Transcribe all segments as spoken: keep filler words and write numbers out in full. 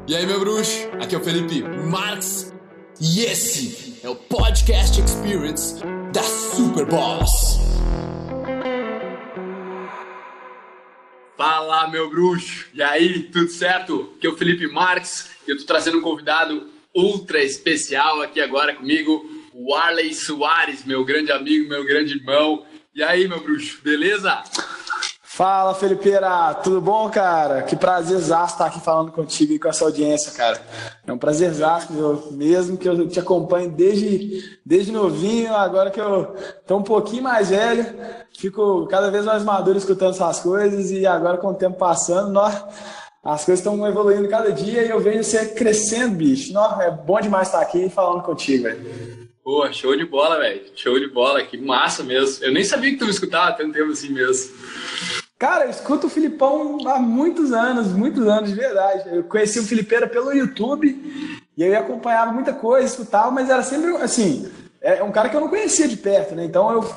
E aí, meu bruxo? Aqui é o Felipe Marques e esse é o Podcast Experience da Superboss. Fala, meu bruxo! E aí, tudo certo? Aqui é o Felipe Marques e eu tô trazendo um convidado ultra especial aqui agora comigo, o Warley Soares, meu grande amigo, meu grande irmão. E aí, meu bruxo, beleza? Fala, Felipeira, tudo bom, cara? Que prazerzaço estar aqui falando contigo e com essa audiência, cara. É um prazerzaço meu, mesmo que eu te acompanho desde, desde novinho, agora que eu tô um pouquinho mais velho, fico cada vez mais maduro escutando essas coisas e agora com o tempo passando, nós, as coisas estão evoluindo cada dia e eu vejo você crescendo, bicho. Nó, é bom demais estar aqui falando contigo, velho. Pô, show de bola, velho. Show de bola, que massa mesmo. Eu nem sabia que tu me escutava tanto tempo assim mesmo. Cara, eu escuto o Filipão há muitos anos, muitos anos, de verdade. Eu conheci o Felipeira pelo YouTube e eu acompanhava muita coisa, escutava, mas era sempre, assim, é um cara que eu não conhecia de perto, né? Então eu...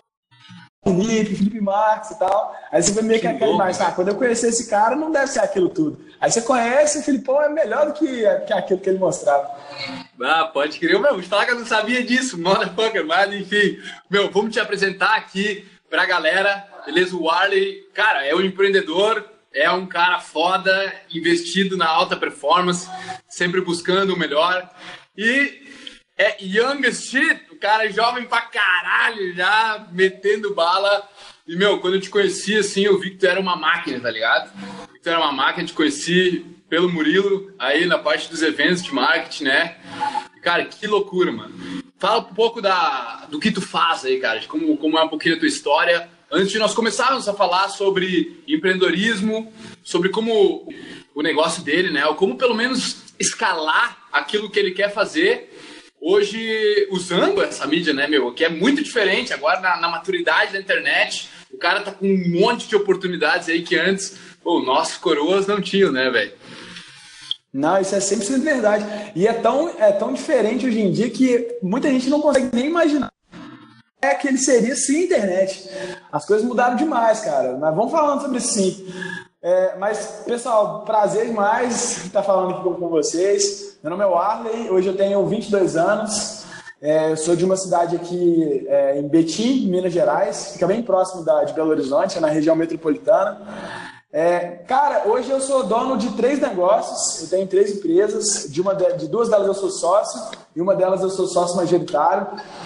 Felipe, Felipe Marques e tal. Aí você vai meio que aquela imagem, ah, quando eu conhecer esse cara, não deve ser aquilo tudo. Aí você conhece, o Filipão é melhor do que, que aquilo que ele mostrava. Ah, pode crer. Meu, vou te falar que eu não sabia disso, motherfucker, mas enfim. Meu, vamos te apresentar aqui pra galera, beleza? O Warley, cara, é um empreendedor, é um cara foda, investido na alta performance, sempre buscando o melhor. E é young as shit, o cara é jovem pra caralho já, metendo bala. E, meu, quando eu te conheci, assim, eu vi que tu era uma máquina, tá ligado? Que tu era uma máquina, te conheci pelo Murilo, aí na parte dos eventos de marketing, né? Cara, que loucura, mano. Fala um pouco da, do que tu faz aí, cara, de como, como é um pouquinho a tua história, antes de nós começarmos a falar sobre empreendedorismo, sobre como o negócio dele, né, ou como pelo menos escalar aquilo que ele quer fazer, hoje usando essa mídia, né, meu, que é muito diferente agora na, na maturidade da internet, o cara tá com um monte de oportunidades aí que antes, pô, nossos coroas não tinham, né, velho? Não, isso é cem por cento verdade. E é tão, é tão diferente hoje em dia que muita gente não consegue nem imaginar é que ele seria sem internet. As coisas mudaram demais, cara. Mas vamos falando sobre isso sim. É, mas, pessoal, prazer demais estar falando aqui com, com vocês. Meu nome é Warley, hoje eu tenho vinte e dois anos. É, eu sou de uma cidade aqui é, em Betim, Minas Gerais. Fica bem próximo da, de Belo Horizonte, é na região metropolitana. É, cara, hoje eu sou dono de três negócios, eu tenho três empresas, de, uma de, de duas delas eu sou sócio e uma delas eu sou sócio majoritário.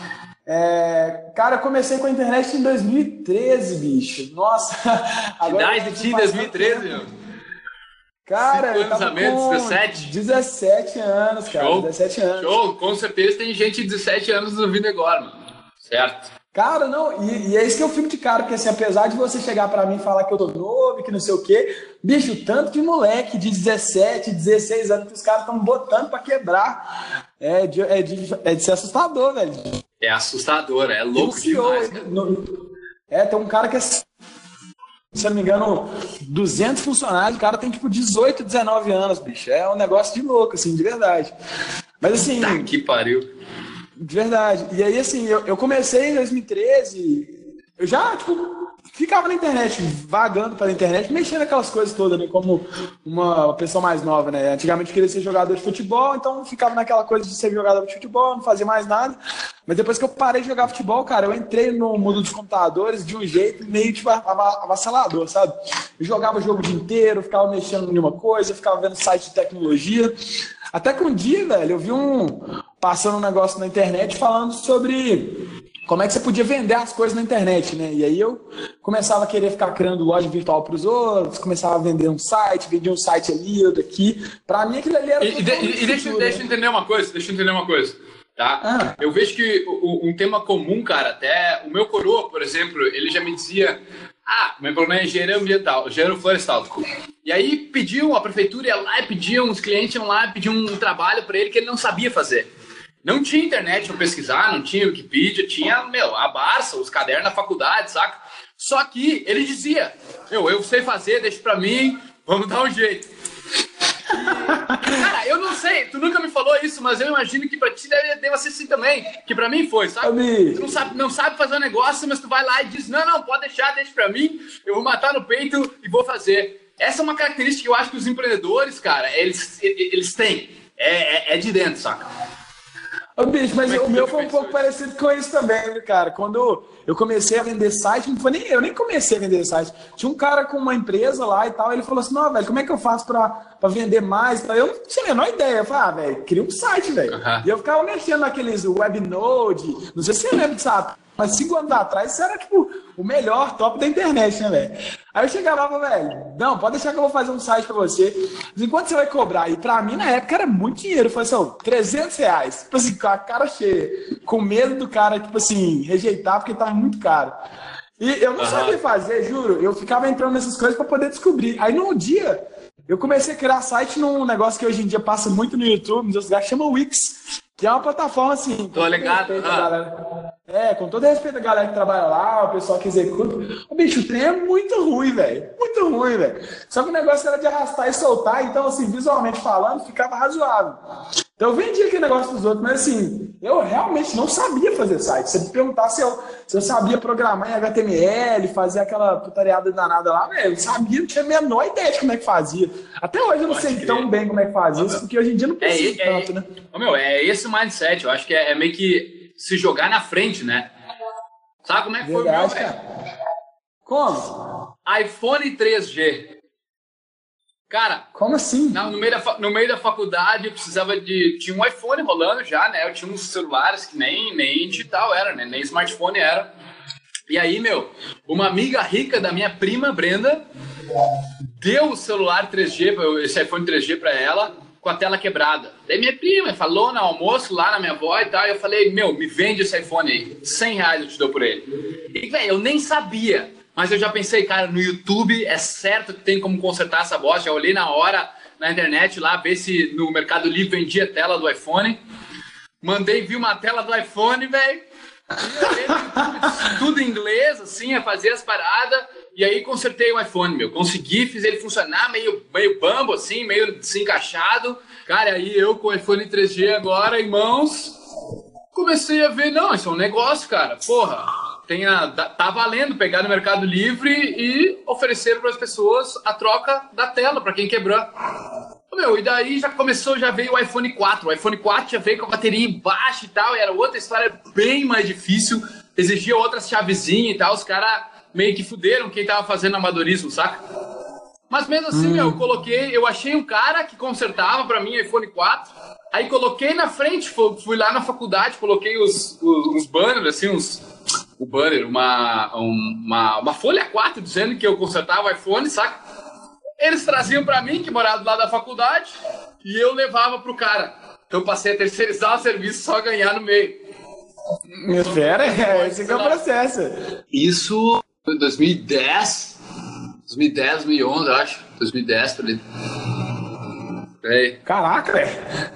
É, cara, eu comecei com a internet em dois mil e treze, bicho. Nossa, que idade de ti em dois mil e treze, meu? Cara, Cinco eu tava anos a menos, com dezessete? dezessete anos, cara. Show. dezessete anos. Show, com certeza tem gente de dezessete anos ouvindo agora, mano. Certo. Cara, não, e, e é isso que eu fico de cara, porque assim, apesar de você chegar pra mim e falar que eu tô novo, que não sei o quê, bicho, tanto de moleque de dezessete, dezesseis anos que os caras estão botando pra quebrar, é de, é, de, é de ser assustador, velho. É assustador, é louco demais, cara. No, é, tem um cara que é, se eu não me engano, duzentos funcionários, o cara tem tipo dezoito, dezenove anos, bicho, é um negócio de louco, assim, de verdade. Mas assim... Tá que pariu. De verdade. E aí, assim, eu, eu comecei em dois mil e treze, eu já, tipo, ficava na internet, vagando pela internet, mexendo aquelas coisas todas, né, como uma pessoa mais nova, né. Antigamente eu queria ser jogador de futebol, então ficava naquela coisa de ser jogador de futebol, não fazia mais nada. Mas depois que eu parei de jogar futebol, cara, eu entrei no mundo dos computadores de um jeito meio, tipo, avassalador, sabe? Eu jogava o jogo o dia inteiro, ficava mexendo em uma coisa, ficava vendo site de tecnologia. Até que um dia, velho, eu vi um... passando um negócio na internet falando sobre como é que você podia vender as coisas na internet, né? E aí eu começava a querer ficar criando loja virtual para os outros, começava a vender um site, vendia um site ali, outro aqui. Para mim aquilo ali era... E, e, e, e deixa, deixa eu entender uma coisa, deixa eu entender uma coisa, tá? Ah. Eu vejo que o, um tema comum, cara, até o meu coroa, por exemplo, ele já me dizia... Ah, meu problema é engenheiro ambiental, engenheiro florestal. E aí pediam, a prefeitura ia lá e pediam, os clientes iam lá e pediam um trabalho para ele que ele não sabia fazer. Não tinha internet para pesquisar, não tinha Wikipedia, tinha, meu, a Barça, os cadernos da faculdade, saca? Só que ele dizia, meu, eu sei fazer, deixa pra mim, vamos dar um jeito. Cara, eu não sei, tu nunca me falou isso, mas eu imagino que pra ti deve, deve ser assim também, que pra mim foi, sabe? Amigo. Tu não sabe, não sabe fazer um negócio, mas tu vai lá e diz, não, não, pode deixar, deixa pra mim, eu vou matar no peito e vou fazer. essa é uma característica que eu acho que os empreendedores, cara, eles, eles têm. É, é, é de dentro, saca? Ô, bicho, mas Como é o que meu você foi um pouco pensou isso? parecido com isso também, né, cara? Quando eu comecei a vender site, não foi nem eu, nem comecei a vender site. Tinha um cara com uma empresa lá e tal, ele falou assim, não, velho, como é que eu faço pra, pra vender mais? Eu não tinha a menor ideia. Eu falei, ah, velho, cria um site, velho. Uhum. E eu ficava mexendo naqueles Webnode, não sei se você lembra disso, mas cinco anos atrás isso era, tipo, o melhor top da internet, né, velho? Aí eu chegava lá e falava, velho, não, pode deixar que eu vou fazer um site pra você. Mas enquanto você vai cobrar? E pra mim, na época, era muito dinheiro. Eu falei assim, ó, trezentos reais. Tipo assim, com a cara cheia. Com medo do cara, tipo assim, rejeitar, porque tava muito caro. E eu não Uhum. sabia fazer, juro. Eu ficava entrando nessas coisas pra poder descobrir. Aí, num dia, eu comecei a criar site num negócio que hoje em dia passa muito no YouTube, nos lugares, chama Wix. Que é uma plataforma, assim... Tô ligado. respeito, Ah. galera. É, com todo respeito à galera que trabalha lá, o pessoal que executa. O bicho, o trem é muito ruim, velho. Muito ruim, velho. Só que o negócio era de arrastar e soltar, então, assim, visualmente falando, ficava razoável. Então eu vendia aquele negócio dos outros, mas assim, eu realmente não sabia fazer site. Se você me perguntar se eu, se eu sabia programar em H T M L, fazer aquela putariada danada lá, velho, eu sabia, não tinha a menor ideia de como é que fazia. Até hoje eu não Pode sei crer. tão bem como é que fazia isso, porque hoje em dia não É, precisa é, tanto, é, né? Ô, meu, é esse o mindset. Eu acho que é, é meio que se jogar na frente, né? Sabe como é que Verdade, foi o meu, velho? cara. Como? iPhone três G. Cara, Como assim? na- no, meio da, fa- no meio da faculdade eu precisava de... Tinha um iPhone rolando já, né? Eu tinha uns celulares que nem, nem digital era, né? Nem smartphone era. E aí, meu, uma amiga rica da minha prima, Brenda, deu o celular três G, esse iPhone três G pra ela, com a tela quebrada. Daí minha prima falou no almoço lá na minha avó e tal, e eu falei, meu, me vende esse iPhone aí, cem reais eu te dou por ele. E, velho, eu nem sabia, mas eu já pensei, cara, no YouTube é certo que tem como consertar essa bosta, já olhei na hora na internet lá, ver se no Mercado Livre vendia a tela do iPhone, mandei, vi uma tela do iPhone, velho, e olhei no YouTube, tudo em inglês, assim, a fazer as paradas. E aí consertei o iPhone, meu. Consegui, fiz ele funcionar meio, meio bambo, assim, meio desencaixado. Cara, aí eu com o iPhone três G agora em mãos, comecei a ver, não, isso é um negócio, cara. Porra, tem a, tá valendo pegar no Mercado Livre e oferecer para as pessoas a troca da tela, para quem quebrar. Meu, e daí já começou, já veio o iPhone quatro. O iPhone quatro já veio com a bateria embaixo e tal, e era outra história bem mais difícil, exigia outras chavezinhas e tal, os caras meio que fuderam quem tava fazendo amadorismo, saca? Mas mesmo assim, hum. meu, eu coloquei, eu achei um cara que consertava pra mim iPhone quatro, aí coloquei na frente, fui lá na faculdade, coloquei os, os, os banners, assim, uns, o banner, uma, uma, uma folha quatro dizendo que eu consertava o iPhone, saca? Eles traziam pra mim, que morava do lado da faculdade, e eu levava pro cara. Então eu passei a terceirizar o serviço, só ganhar no meio. Fera, é, esse que é o processo. Isso em dois mil e dez, dois mil e dez, dois mil e onze, eu acho. dois mil e dez, por ali. É. Caraca, velho.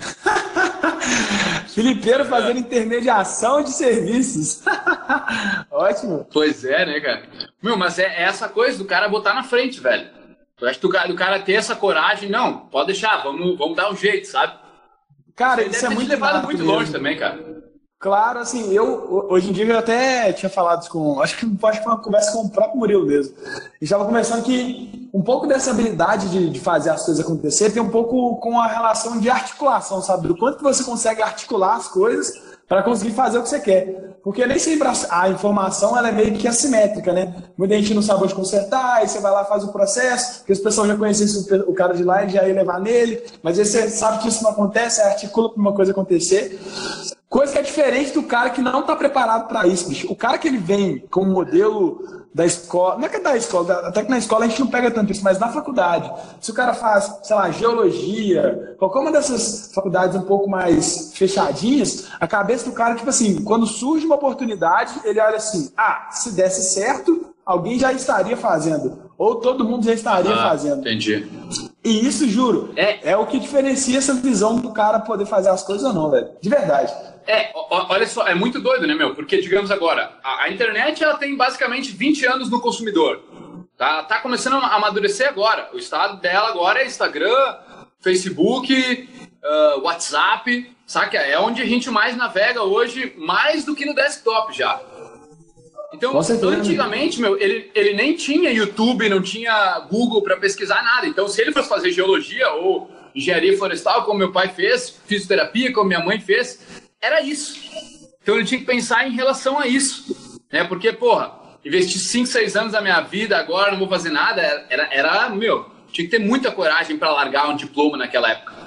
Filipeiro fazendo intermediação de serviços. Ótimo. Pois é, né, cara? Meu, mas é essa coisa do cara botar na frente, velho. Eu acho que do cara, do cara ter essa coragem, não, pode deixar, vamos, vamos dar um jeito, sabe? Cara, isso, isso é muito levado muito mesmo. longe também, cara. Claro, assim, eu, hoje em dia, eu até tinha falado isso com, acho que, acho que foi uma conversa com o próprio Murilo mesmo. E estava conversando que um pouco dessa habilidade de, de fazer as coisas acontecer tem um pouco com a relação de articulação, sabe? Do quanto que você consegue articular as coisas para conseguir fazer o que você quer. Porque nem sempre a informação ela é meio que assimétrica, né? Muita gente não sabe onde consertar, aí você vai lá e faz o processo, porque as pessoas já conhecem o cara de lá e já ia levar nele, mas aí você sabe que isso não acontece, aí articula para uma coisa acontecer. Coisa que é diferente do cara que não está preparado para isso, bicho. O cara que ele vem com o modelo da escola, não é que é da escola, até que na escola a gente não pega tanto isso, mas na faculdade, se o cara faz, sei lá, geologia, qualquer uma dessas faculdades um pouco mais fechadinhas, a cabeça do cara, tipo assim, quando surge uma oportunidade, ele olha assim, ah, se desse certo, alguém já estaria fazendo, ou todo mundo já estaria ah, fazendo. Entendi. E isso, juro, é. é o que diferencia essa visão do cara poder fazer as coisas ou não, velho. De verdade. É, olha só, é muito doido, né, meu? Porque, digamos agora, a, a internet ela tem basicamente vinte anos no consumidor. Tá, tá começando a amadurecer agora. O estado dela agora é Instagram, Facebook, uh, WhatsApp, saca? É onde a gente mais navega hoje, mais do que no desktop já. Então, antigamente, meu, ele, ele nem tinha YouTube, não tinha Google para pesquisar nada. Então, se ele fosse fazer geologia ou engenharia florestal, como meu pai fez, fisioterapia, como minha mãe fez, era isso. Então, ele tinha que pensar em relação a isso. Né? Porque, porra, investir cinco, seis anos da minha vida, agora não vou fazer nada, era, era meu, tinha que ter muita coragem para largar um diploma naquela época.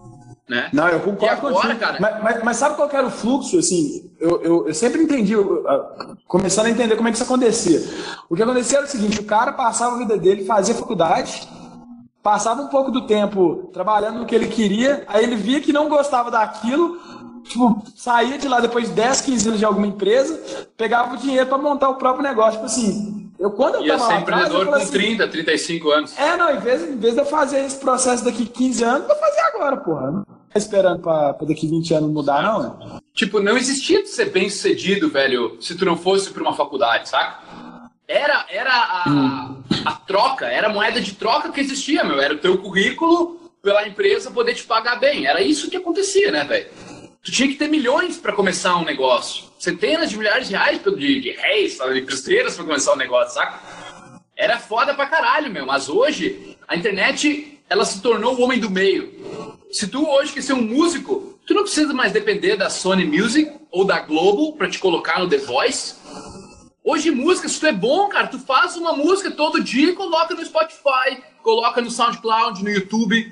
Né? Não, eu concordo e agora, contigo. Cara... Mas, mas, mas sabe qual que era o fluxo? Assim, eu, eu, eu sempre entendi, eu, eu, começando a entender como é que isso acontecia. O que acontecia era o seguinte, o cara passava a vida dele, fazia faculdade, passava um pouco do tempo trabalhando no que ele queria, aí ele via que não gostava daquilo, tipo, saía de lá depois de dez, quinze anos de alguma empresa, pegava o dinheiro para montar o próprio negócio. Tipo assim, eu quando eu ia tava ser lá atrás, empreendedor eu com assim, trinta, trinta e cinco anos. É, não, em vez, em vez de eu fazer esse processo daqui quinze anos, eu vou fazer agora, porra. Não tá esperando pra, pra daqui vinte anos mudar, não, né? Tipo, não existia de ser bem sucedido, velho, se tu não fosse pra uma faculdade, saca? Era, era a, hum. a troca, era a moeda de troca que existia, meu. Era o teu currículo pela empresa poder te pagar bem. Era isso que acontecia, né, velho? Tu tinha que ter milhões pra começar um negócio. Centenas de milhares de reais de, de réis, de cruzeiras pra começar um negócio, saca? Era foda pra caralho, meu. Mas hoje, a internet, ela se tornou o homem do meio. Se tu hoje quer ser um músico, tu não precisa mais depender da Sony Music ou da Globo pra te colocar no The Voice. Hoje, música, se tu é bom, cara, tu faz uma música todo dia e coloca no Spotify, coloca no SoundCloud, no YouTube.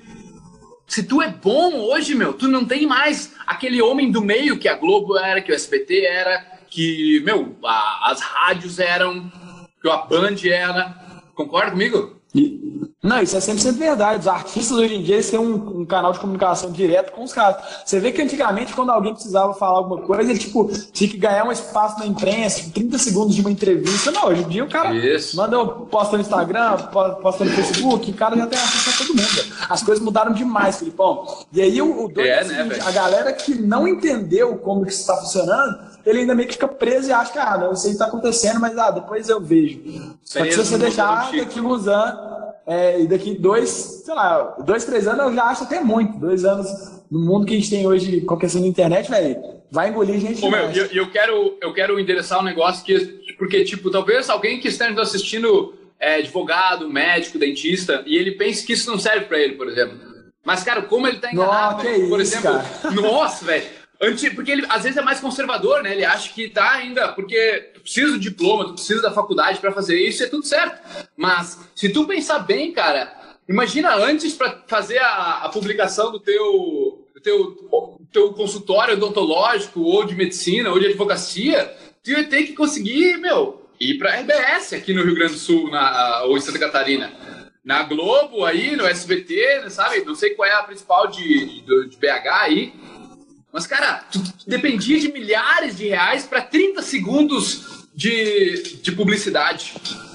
Se tu é bom hoje, meu, tu não tem mais aquele homem do meio que a Globo era, que o S B T era, que, meu, a, as rádios eram, que a Band era. Concorda comigo? Não, isso é cem por cento verdade. Os artistas hoje em dia eles têm um, um canal de comunicação direto com os caras. Você vê que antigamente, quando alguém precisava falar alguma coisa, ele tipo, tinha que ganhar um espaço na imprensa, tipo, trinta segundos de uma entrevista. Não, hoje em dia o cara isso. manda, posta no Instagram, posta no Facebook, o cara já tem acesso a todo mundo. As coisas mudaram demais, Filipão. E aí o, o doido é, é o seguinte, né, a galera que não entendeu como que isso está funcionando, ele ainda meio que fica preso e acha que, ah, não, isso aí está acontecendo, mas ah, depois eu vejo. Só que se você deixar daqui uns anos... É, e daqui dois, sei lá, dois, três anos eu já acho até muito. Dois anos no mundo que a gente tem hoje com a questão da internet, velho, vai engolir gente. Ô, meu, eu, eu, quero, eu quero endereçar um negócio que, porque, tipo, talvez alguém que esteja assistindo é, advogado, médico, dentista, e ele pense que isso não serve pra ele, por exemplo. Mas, cara, como ele tá enganado, nossa, velho, por isso, exemplo, cara. Nossa, velho. Porque ele, às vezes, é mais conservador, né? Ele acha que tá ainda... Porque tu precisa do diploma, tu precisa da faculdade pra fazer isso, é tudo certo. Mas, se tu pensar bem, cara... Imagina antes pra fazer a, a publicação do teu, do teu, do teu consultório odontológico, ou de medicina, ou de advocacia, tu ia ter que conseguir, meu, ir pra R B S aqui no Rio Grande do Sul, na, ou em Santa Catarina. Na Globo aí, no S B T, sabe? Não sei qual é a principal de, de, de B H aí. Mas, cara, tu, tu dependia de milhares de reais para trinta segundos de, de publicidade.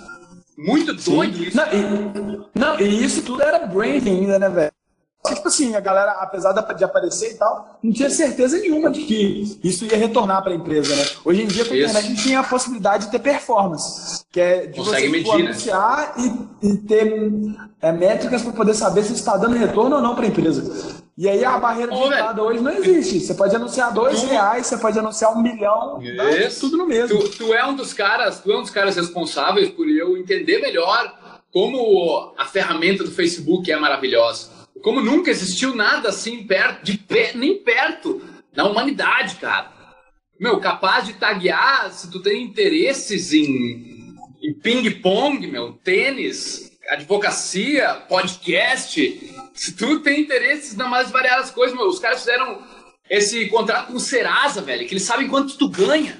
Muito doido Sim. isso. Não e, não, e isso tudo era branding ainda, né, velho? Tipo assim, a galera, apesar de aparecer e tal, não tinha certeza nenhuma de que isso ia retornar para a empresa, né? Hoje em dia, com a internet, a gente tinha a possibilidade de ter performance, que é de Consegue você medir, tipo, anunciar né? e, e ter é, métricas para poder saber se está dando retorno ou não para a empresa. E aí a barreira de Ô, entrada hoje não existe. Você pode anunciar dois tu... reais, você pode anunciar um milhão, tá? Tudo no mesmo. Tu, tu é um dos caras, tu é um dos caras responsáveis por eu entender melhor como a ferramenta do Facebook é maravilhosa. Como nunca existiu nada assim perto, de pé, nem perto na humanidade, cara. Meu, capaz de taguear se tu tem interesses em, em ping-pong, meu, tênis, advocacia, podcast. Se tu tem interesses nas mais variadas coisas, meu, os caras fizeram esse contrato com o Serasa, velho, que eles sabem quanto tu ganha.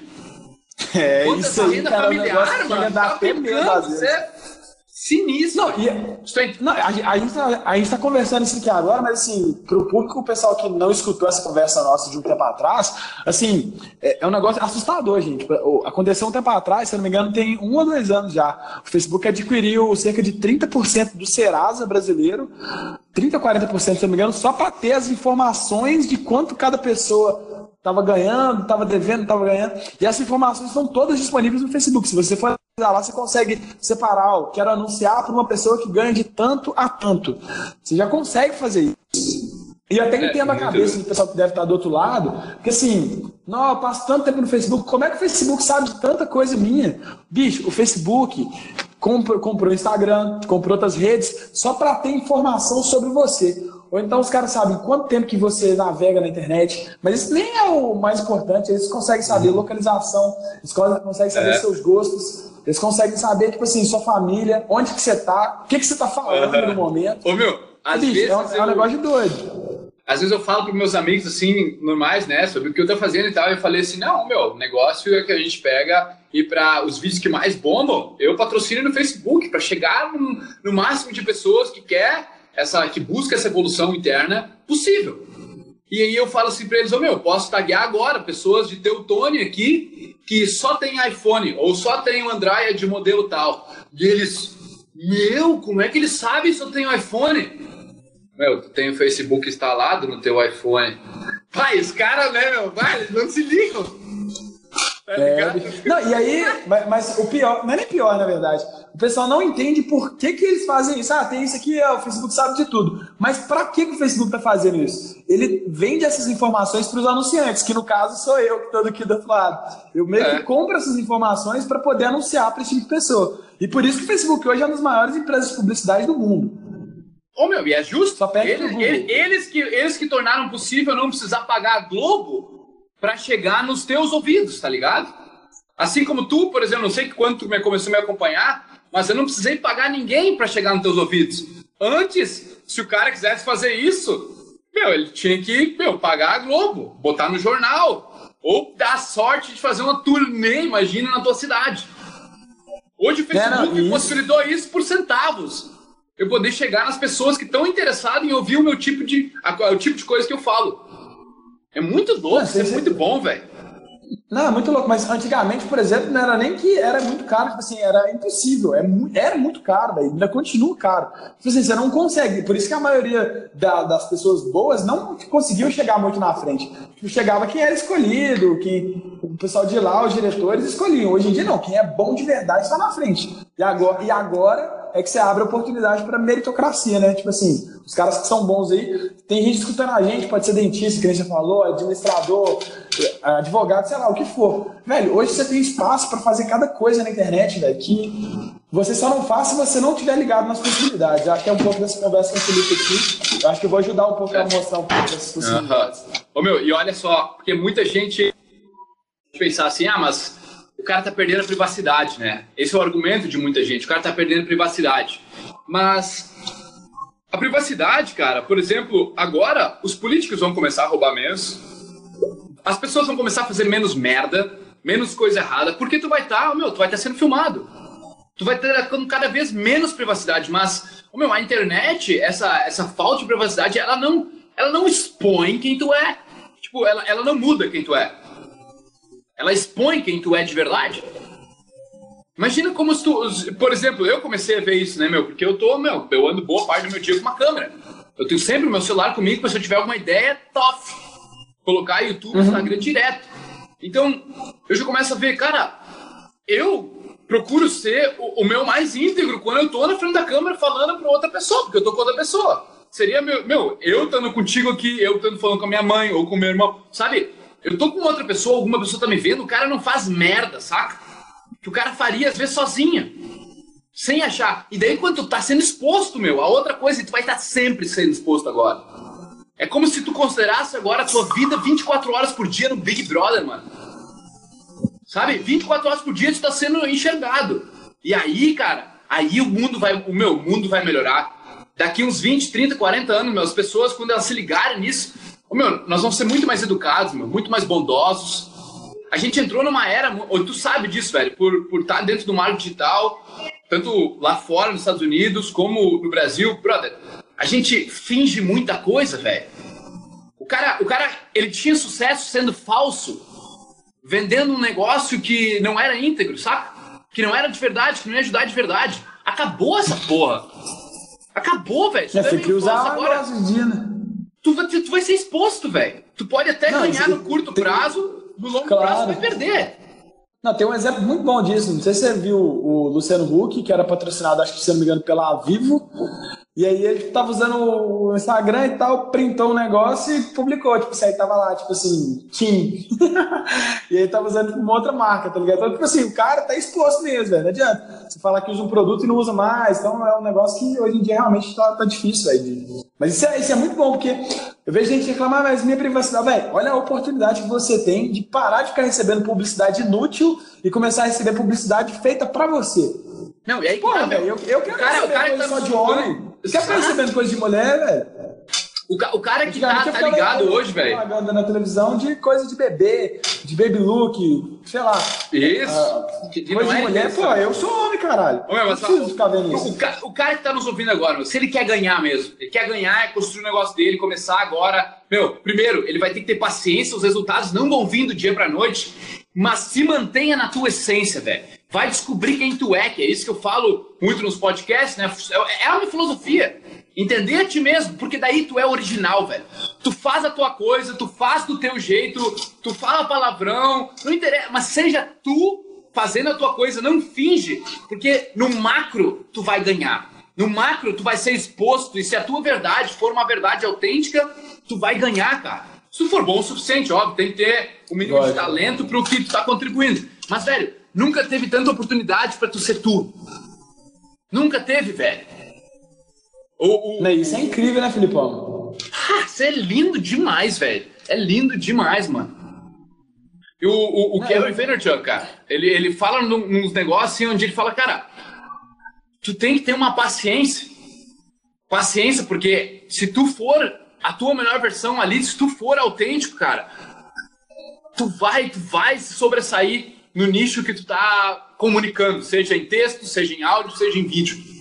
É, quanto isso essa aí, renda cara, familiar, mano. Dá Tá até medo, às vezes. Você... Sinistro. Não, e, não, a, a gente tá, a gente tá conversando isso aqui agora, mas assim, pro público, o pessoal que não escutou essa conversa nossa de um tempo atrás, assim, é, é um negócio assustador, gente. Aconteceu um tempo atrás, se eu não me engano, tem um ou dois anos já. O Facebook adquiriu cerca de trinta por cento do Serasa brasileiro, trinta, quarenta por cento, se eu não me engano, só para ter as informações de quanto cada pessoa estava ganhando, estava devendo, estava ganhando. E essas informações estão todas disponíveis no Facebook. Se você for lá, você consegue separar, ó, quero anunciar para uma pessoa que ganha de tanto a tanto. Você já consegue fazer isso. E eu até É, entendo a muito cabeça doido. do pessoal que deve estar do outro lado, porque assim, não, eu passo tanto tempo no Facebook, como é que o Facebook sabe de tanta coisa minha? Bicho, o Facebook comprou, comprou o Instagram, comprou outras redes, só para ter informação sobre você. Ou então os caras sabem quanto tempo que você navega na internet, mas isso nem é o mais importante, eles conseguem saber localização, eles conseguem saber É. seus gostos, eles conseguem saber, tipo assim, sua família, onde que você tá, o que que você tá falando Uhum. no momento. Ô, meu, às Bicho, vezes é um, é um eu... negócio de doido. Às vezes eu falo para meus amigos, assim, normais, né, sobre o que eu tô fazendo e tal, e eu falei assim, não, meu, o negócio é que a gente pega e para os vídeos que mais bombam, eu patrocino no Facebook, para chegar no, no máximo de pessoas que quer, essa, que busca essa evolução interna possível. E aí eu falo assim para eles, ô, meu, posso taguear agora pessoas de Teutônia aqui, que só tem iPhone, ou só tem o Android de modelo tal. E eles, meu, como é que eles sabem se eu tenho iPhone? Meu, tu tem o Facebook instalado no teu iPhone. Pai, os caras, né, meu, vai, eles não se ligam. Tá ligado? É, não, e aí, mas, mas o pior, não é nem pior, na verdade. O pessoal não entende por que, que eles fazem isso. Ah, tem isso aqui, ó, o Facebook sabe de tudo. Mas pra que, que o Facebook tá fazendo isso? Ele vende essas informações pros anunciantes, que no caso sou eu que tô aqui do outro lado. Eu meio É. que compro essas informações para poder anunciar pra esse tipo de pessoa. E por isso que o Facebook hoje é uma das maiores empresas de publicidade do mundo. Ô, meu, e é justo. Só pega Eles, no Google. eles, eles, que, eles que tornaram possível não precisar pagar a Globo pra chegar nos teus ouvidos, tá ligado? Assim como tu, por exemplo, não sei quando tu me- começou a me acompanhar, mas eu não precisei pagar ninguém pra chegar nos teus ouvidos. Antes, se o cara quisesse fazer isso, meu, ele tinha que, meu, pagar a Globo, botar no jornal, ou dar sorte de fazer uma turnê, imagina, na tua cidade. Hoje o Facebook É, não, isso- possibilitou isso por centavos. Eu poder chegar nas pessoas que estão interessadas em ouvir o meu tipo de, a- o tipo de coisa que eu falo. É muito louco, Não, isso é você- muito bom, velho. Não, é muito louco, mas antigamente, por exemplo, não era nem que era muito caro, tipo assim, era impossível, é mu- era muito caro, velho, ainda continua caro. Tipo assim, você não consegue, por isso que a maioria da- das pessoas boas não conseguiam chegar muito na frente. Tipo, chegava quem era escolhido, quem, o pessoal de lá, os diretores escolhiam. Hoje em dia não, quem é bom de verdade está na frente. E agora, e agora é que você abre oportunidade para meritocracia, né? Tipo assim, os caras que são bons aí, tem gente escutando a gente, pode ser dentista, que nem você falou, administrador, advogado, sei lá, o que for. Velho, hoje você tem espaço para fazer cada coisa na internet, velho, que você só não faz se você não estiver ligado nas possibilidades. Eu acho que é um pouco dessa conversa com o Felipe aqui. Eu acho que eu vou ajudar um pouco a mostrar um pouco dessas possibilidades. Aham. Ô, meu, e olha só, porque muita gente pensar assim, ah, mas o cara tá perdendo a privacidade, né? Esse é o argumento de muita gente, o cara tá perdendo a privacidade. Mas a privacidade, cara, por exemplo, agora os políticos vão começar a roubar menos, as pessoas vão começar a fazer menos merda, menos coisa errada, porque tu vai estar, tá, meu, tu vai estar tá sendo filmado. Tu vai ter cada vez menos privacidade, mas, ô, meu, a internet, essa, essa falta de privacidade, ela não, ela não expõe quem tu é. Tipo, ela, ela não muda quem tu é. Ela expõe quem tu é de verdade. Imagina como se tu... Por exemplo, eu comecei a ver isso, né, meu? Porque eu tô, meu, eu ando boa parte do meu dia com uma câmera. Eu tenho sempre o meu celular comigo, pra se eu tiver alguma ideia, top. Colocar YouTube, uhum. Instagram direto. Então, eu já começo a ver, cara, eu procuro ser o, o meu mais íntegro quando eu tô na frente da câmera falando pra outra pessoa, porque eu tô com outra pessoa. Seria, meu, meu eu estando contigo aqui, eu estando falando com a minha mãe ou com o meu irmão, sabe? Eu tô com outra pessoa, alguma pessoa tá me vendo, o cara não faz merda, saca? Que o cara faria, às vezes, sozinha. Sem achar. E daí, quando tu tá sendo exposto, meu, a outra coisa, tu vai estar sempre sendo exposto agora. É como se tu considerasse agora a tua vida vinte e quatro horas por dia no Big Brother, mano. Sabe? vinte e quatro horas por dia tu tá sendo enxergado. E aí, cara, aí o mundo vai, o meu mundo vai melhorar. Daqui uns vinte, trinta, quarenta anos, meu, as pessoas, quando elas se ligarem nisso, oh, meu, nós vamos ser muito mais educados, meu, muito mais bondosos. A gente entrou numa era, tu sabe disso, velho, por, por estar dentro do marco digital, tanto lá fora, nos Estados Unidos, como no Brasil, brother. A gente finge muita coisa, velho. O cara, o cara, ele tinha sucesso sendo falso, vendendo um negócio que não era íntegro, saca? Que não era de verdade, que não ia ajudar de verdade. Acabou essa porra. Acabou, velho. É, tem que usar agora. Dia, né? Tu, tu, tu vai ser exposto, velho. Tu pode até não, ganhar no curto tem... prazo, no longo claro. prazo vai perder. Não, tem um exemplo muito bom disso. Não sei se você viu o Luciano Huck, que era patrocinado, acho que se não me engano, pela Vivo. E aí ele tava usando o Instagram e tal, printou um negócio e publicou. Tipo, isso aí tava lá, tipo assim, Tim. E aí tava usando tipo, uma outra marca, tá ligado? Então, tipo assim, o cara tá exposto mesmo, velho. Não adianta você falar que usa um produto e não usa mais. Então é um negócio que hoje em dia realmente tá, tá difícil, velho. Mas isso é, isso é muito bom, porque eu vejo gente reclamar, mas minha privacidade, velho, olha a oportunidade que você tem de parar de ficar recebendo publicidade inútil e começar a receber publicidade feita pra você. Não, e aí, Pô, cara, velho, eu, eu quero cara, receber o cara coisa tá só de homem. Eu quero ficar recebendo coisa de mulher, velho. O, ca o cara que tá, tá ligado hoje, velho. Propaganda na televisão de coisa de bebê, de baby look, sei lá. Isso. Uh, que, que coisa não de é mulher, isso, pô, né? eu sou homem, caralho. Ô, meu, mas não preciso ficar vendo isso. O, ca o cara que tá nos ouvindo agora, se ele quer ganhar mesmo, ele quer ganhar, é construir o negócio dele, começar agora. Meu, primeiro, ele vai ter que ter paciência, os resultados não vão vir do dia pra noite, mas se mantenha na tua essência, velho. Vai descobrir quem tu é, que é isso que eu falo muito nos podcasts, né? É uma filosofia. Entender a ti mesmo, porque daí tu é original, velho. Tu faz a tua coisa, tu faz do teu jeito, tu fala palavrão, não interessa, mas seja tu fazendo a tua coisa, não finge, porque no macro tu vai ganhar. No macro tu vai ser exposto, e se a tua verdade for uma verdade autêntica, tu vai ganhar, cara. Se tu for bom o suficiente, óbvio, tem que ter o mínimo Lógico. de talento pro que tu tá contribuindo. Mas, velho, nunca teve tanta oportunidade pra tu ser tu. Nunca teve, velho. O, o... Isso é incrível, né, Filipão? Ah, isso é lindo demais, velho. É lindo demais, mano. E o, o, o Não, Gary eu... Vaynerchuk, cara, ele, ele fala num, nos negócios assim, onde ele fala, cara, tu tem que ter uma paciência. Paciência, porque se tu for a tua melhor versão ali, se tu for autêntico, cara, tu vai, tu vai se sobressair no nicho que tu tá comunicando, seja em texto, seja em áudio, seja em vídeo.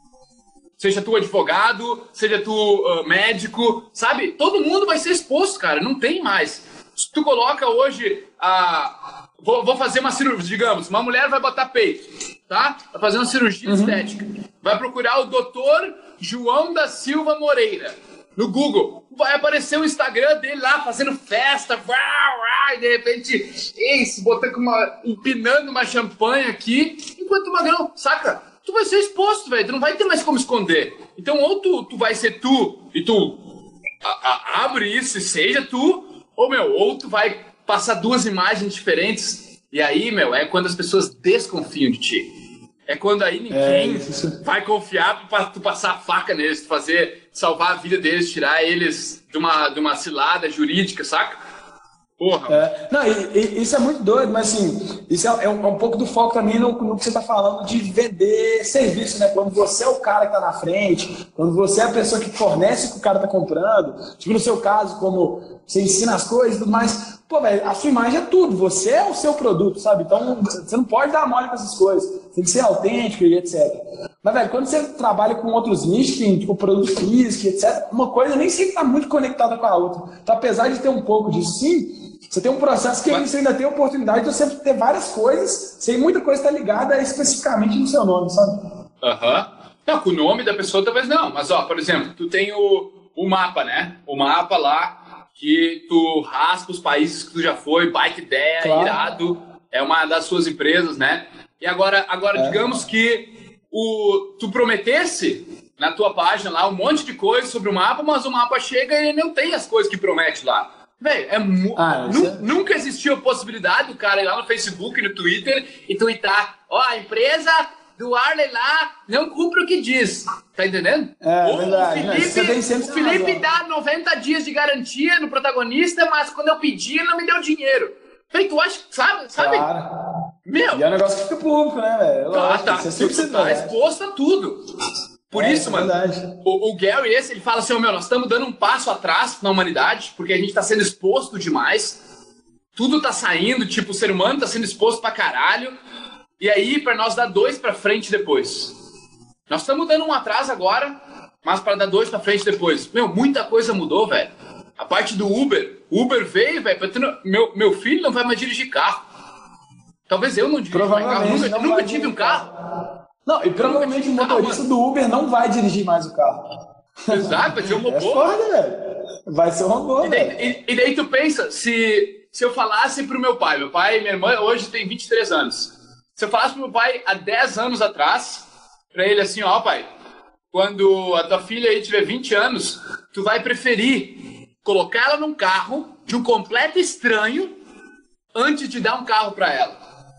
Seja tu advogado, seja tu uh, médico, sabe? Todo mundo vai ser exposto, cara. Não tem mais. Se tu coloca hoje a... Vou, vou fazer uma cirurgia, digamos, uma mulher vai botar peito, tá? Vai fazer uma cirurgia uhum. estética. Vai procurar o doutor João da Silva Moreira no Google. Vai aparecer o Instagram dele lá fazendo festa, uau, uau, e de repente, isso, botando uma, empinando uma champanhe aqui, enquanto o magrão, saca? Tu vai ser exposto, velho. Tu não vai ter mais como esconder. Então, ou tu, tu vai ser tu e tu a, a, abre isso e seja tu, ou, meu, ou tu vai passar duas imagens diferentes e aí, meu, é quando as pessoas desconfiam de ti. É quando aí ninguém é, isso. vai confiar pra tu passar a faca neles, tu fazer, salvar a vida deles, tirar eles de uma, de uma cilada jurídica, saca? Porra. É, não, e, e, isso é muito doido, mas assim, isso é, é, um, é um pouco do foco também no, no que você está falando de vender serviço, né? Quando você é o cara que está na frente, quando você é a pessoa que fornece o que o cara está comprando, tipo no seu caso, como você ensina as coisas e tudo mais, pô, velho, a sua imagem é tudo, você é o seu produto, sabe? Então você não pode dar mole com essas coisas, tem que ser autêntico e etcétera. Mas, velho, quando você trabalha com outros nichos, tipo produto físico e etcétera, uma coisa nem sempre está muito conectada com a outra. Então, apesar de ter um pouco disso, sim. Você tem um processo que Mas... você ainda tem a oportunidade de você ter várias coisas, sem muita coisa estar ligada especificamente no seu nome, sabe? Aham. Uhum. Não, com o nome da pessoa talvez não. Mas, ó, por exemplo, tu tem o, o mapa, né? O mapa lá que tu raspa os países que tu já foi, baita ideia, claro. Irado. É uma das suas empresas, né? E agora, agora é. digamos que o, tu prometesse na tua página lá um monte de coisa sobre o mapa, mas o mapa chega e ele não tem as coisas que promete lá. Velho, é ah, nu é... nunca existiu a possibilidade do cara ir lá no Facebook, no Twitter e twittar, ó, oh, a empresa do Arley lá não cumpre o que diz. Tá entendendo? É, Ou, verdade. O Felipe, não, o Felipe dá noventa dias de garantia no protagonista, mas quando eu pedi, ele não me deu dinheiro. Velho, tu acha, sabe? sabe? Claro. Meu. E é um negócio que fica público, né, velho? Tá, tá. Você tá exposto a tudo. Por é, isso, é mano, o, o Gary, esse, ele fala assim, oh, meu, nós estamos dando um passo atrás na humanidade, porque a gente está sendo exposto demais, tudo tá saindo, tipo, o ser humano tá sendo exposto pra caralho, e aí para nós dar dois pra frente depois. Nós estamos dando um atrás agora, mas para dar dois pra frente depois. Meu, muita coisa mudou, velho. A parte do Uber, o Uber veio, velho, meu, meu filho não vai mais dirigir carro. Talvez eu não dirija mais carro, eu nunca, nunca tive um carro. Não, e provavelmente o motorista do Uber não vai dirigir mais o carro. Exato, vai ser um robô. É foda, velho. vai ser uma boa, e daí, e, e daí tu pensa, se, se eu falasse pro meu pai, meu pai e minha irmã hoje tem vinte e três anos, se eu falasse pro meu pai há dez anos atrás, pra ele assim, ó pai, quando a tua filha aí tiver vinte anos, tu vai preferir colocar ela num carro de um completo estranho antes de dar um carro pra ela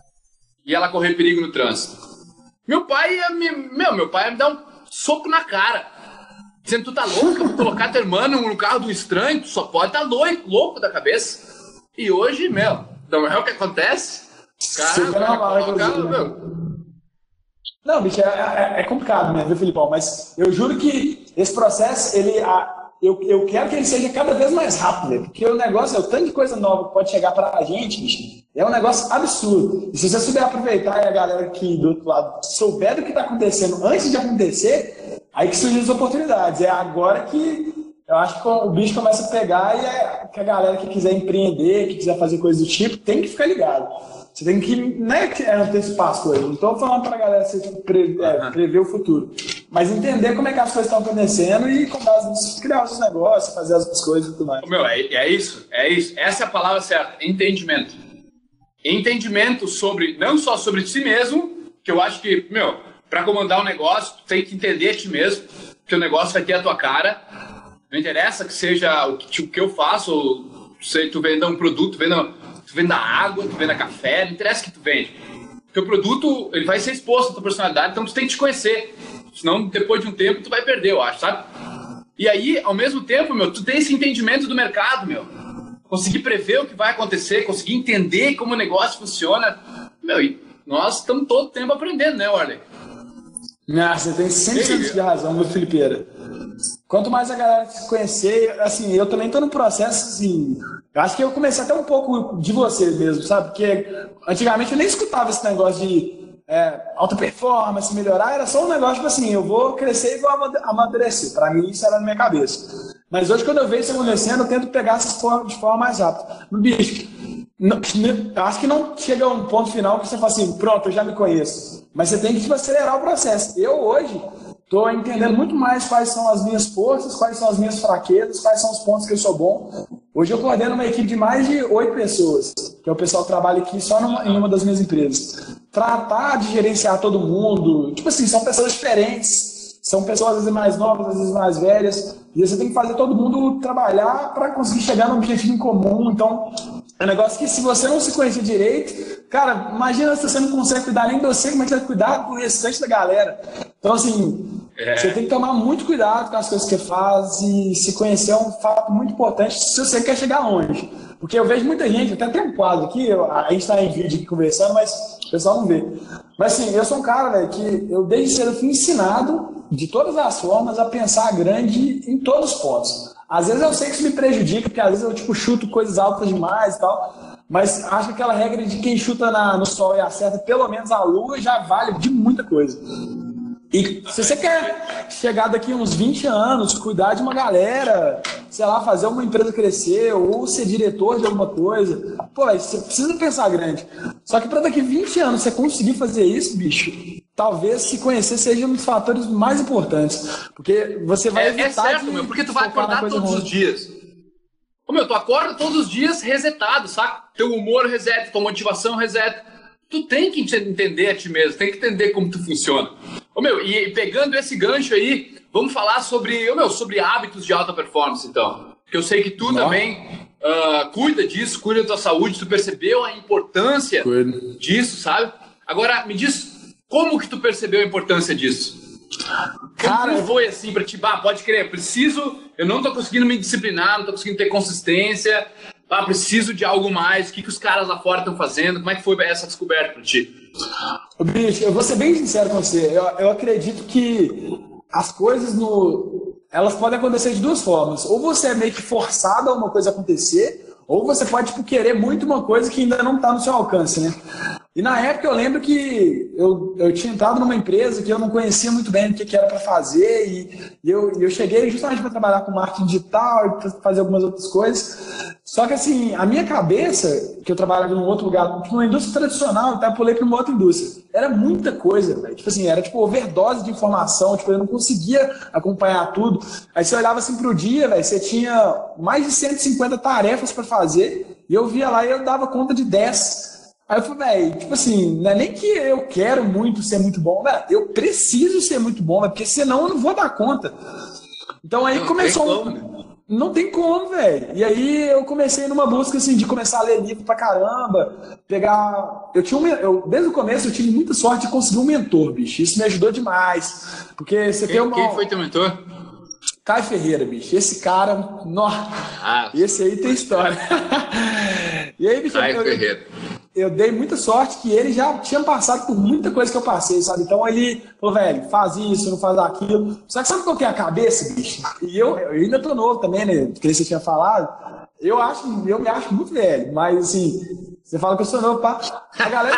e ela correr perigo no trânsito. Meu pai ia me, meu, meu pai ia me dar um soco na cara, dizendo, tu tá louco pra colocar tua irmã no carro do estranho, tu só pode estar tá louco, louco da cabeça. E hoje, meu, não é o que acontece? Cara, normal, colocar, meu... Não, bicho, é, é, é complicado mesmo, viu, Filipão? Mas eu juro que esse processo, ele, a, eu, eu quero que ele seja cada vez mais rápido, né? Porque o negócio, é o tanto de coisa nova que pode chegar pra gente, bicho, é um negócio absurdo. E se você souber aproveitar e a galera aqui do outro lado souber do que está acontecendo antes de acontecer, aí que surgem as oportunidades. É agora que eu acho que o bicho começa a pegar e é que a galera que quiser empreender, que quiser fazer coisa do tipo, tem que ficar ligado. Você tem que, né, antecipar as coisas. Não estou falando para a galera você, tipo, pre, é, prever o futuro, mas entender como é que as coisas estão acontecendo e com base nisso criar os negócios, fazer as coisas e tudo mais. Meu, é, é isso, é isso. Essa é a palavra certa, entendimento. Entendimento sobre, não só sobre si mesmo, que eu acho que, meu, para comandar um negócio, tu tem que entender a ti mesmo, que o negócio vai ter a tua cara. Não interessa que seja o que, o que eu faço, ou se tu venda um produto, venda, tu venda água, tu venda café, não interessa o que tu vende. O teu produto, ele vai ser exposto à tua personalidade, então tu tem que te conhecer. Senão, depois de um tempo, tu vai perder, eu acho, sabe? E aí, ao mesmo tempo, meu, tu tem esse entendimento do mercado, meu. Conseguir prever o que vai acontecer, conseguir entender como o negócio funciona. Meu, e nós estamos todo o tempo aprendendo, né, Warley? Ah, você tem cem por cento de razão, meu Felipeira. Quanto mais a galera se conhecer, assim, eu também estou no processo, assim, eu acho que eu comecei até um pouco de você mesmo, sabe? Porque antigamente eu nem escutava esse negócio de é, alta performance, melhorar, era só um negócio, tipo assim, eu vou crescer e vou amadurecer. Para mim, isso era na minha cabeça. Mas hoje, quando eu vejo isso acontecendo, eu tento pegar essas formas de forma mais rápida. No bicho, não, acho que não chega a um ponto final que você fala assim, pronto, eu já me conheço. Mas você tem que tipo, acelerar o processo. Eu, hoje, estou entendendo muito mais quais são as minhas forças, quais são as minhas fraquezas, quais são os pontos que eu sou bom. Hoje eu coordeno uma equipe de mais de oito pessoas, que é o pessoal que trabalha aqui só numa, em uma das minhas empresas. Tratar de gerenciar todo mundo, tipo assim, são pessoas diferentes, são pessoas às vezes mais novas, às vezes mais velhas, e você tem que fazer todo mundo trabalhar para conseguir chegar num objetivo em comum. Então, é um negócio que se você não se conhecer direito, cara, imagina se você não consegue cuidar nem de você, como é que você vai cuidar do restante da galera? Então, assim, é. Você tem que tomar muito cuidado com as coisas que você faz e se conhecer é um fato muito importante se você quer chegar longe. Porque eu vejo muita gente, até tem um quadro aqui, eu, a gente está em vídeo aqui conversando, mas o pessoal não vê. Mas assim, eu sou um cara, velho, que eu desde cedo fui ensinado de todas as formas a pensar grande em todos os pontos. Às vezes eu sei que isso me prejudica, porque às vezes eu tipo, chuto coisas altas demais e tal, mas acho que aquela regra de quem chuta na, no sol e acerta pelo menos a lua já vale de muita coisa. E se você quer chegar daqui uns vinte anos, cuidar de uma galera, sei lá, fazer uma empresa crescer ou ser diretor de alguma coisa, pô, você precisa pensar grande. Só que para daqui vinte anos você conseguir fazer isso, bicho, talvez se conhecer seja um dos fatores mais importantes. Porque você vai é, evitar É certo, de meu, porque tu vai acordar todos ruim. os dias. Ô, meu, tu acorda todos os dias resetado, saca? Teu humor reseta, tua motivação reseta. Tu tem que entender a ti mesmo, tem que entender como tu funciona. Ô, meu, e pegando esse gancho aí, vamos falar sobre, ô, meu, sobre hábitos de alta performance, então. Porque eu sei que tu Não. também uh, cuida disso, cuida da tua saúde, tu percebeu a importância Cuido. disso, sabe? Agora, me diz, como que tu percebeu a importância disso? Cara, como foi assim pra ti? Bah, pode crer, preciso, eu não tô conseguindo me disciplinar, não tô conseguindo ter consistência, ah, preciso de algo mais, o que, que os caras lá fora estão fazendo, como é que foi essa descoberta pra ti? Bicho, eu vou ser bem sincero com você, eu, eu acredito que as coisas no, elas podem acontecer de duas formas, ou você é meio que forçado a uma coisa acontecer, ou você pode tipo, querer muito uma coisa que ainda não está no seu alcance, né? E na época eu lembro que eu, eu tinha entrado numa empresa que eu não conhecia muito bem o que, que era para fazer, e, e eu, eu cheguei justamente para trabalhar com marketing digital e para fazer algumas outras coisas. Só que assim, a minha cabeça, que eu trabalhava em um outro lugar, tipo, numa indústria tradicional, até pulei para uma outra indústria. Era muita coisa, velho. Tipo assim, era tipo overdose de informação, tipo, eu não conseguia acompanhar tudo. Aí você olhava assim pro dia, velho, você tinha mais de cento e cinquenta tarefas para fazer, e eu via lá e eu dava conta de dez. Aí eu falei, velho, tipo assim, não é nem que eu quero muito ser muito bom, velho, eu preciso ser muito bom, véio, porque senão eu não vou dar conta. Então aí não começou... Tem como, né? Não tem como, velho. E aí eu comecei numa busca, assim, de começar a ler livro pra caramba, pegar... Eu tinha um... eu, desde o começo eu tive muita sorte de conseguir um mentor, bicho. Isso me ajudou demais. Porque você Quem, tem uma... quem foi teu mentor? Caio Ferreira, bicho. Esse cara... Nossa, Ah, esse aí tem história. E aí, bicho... Caio eu, Ferreira. eu dei muita sorte que ele já tinha passado por muita coisa que eu passei, sabe? Então ele falou, velho, faz isso, não faz aquilo. Só que sabe qual que é a cabeça, bicho? E eu, eu ainda tô novo também, né? Que você tinha falado. Eu acho, eu me acho muito velho, mas assim, você fala que eu sou novo, pá. A galera.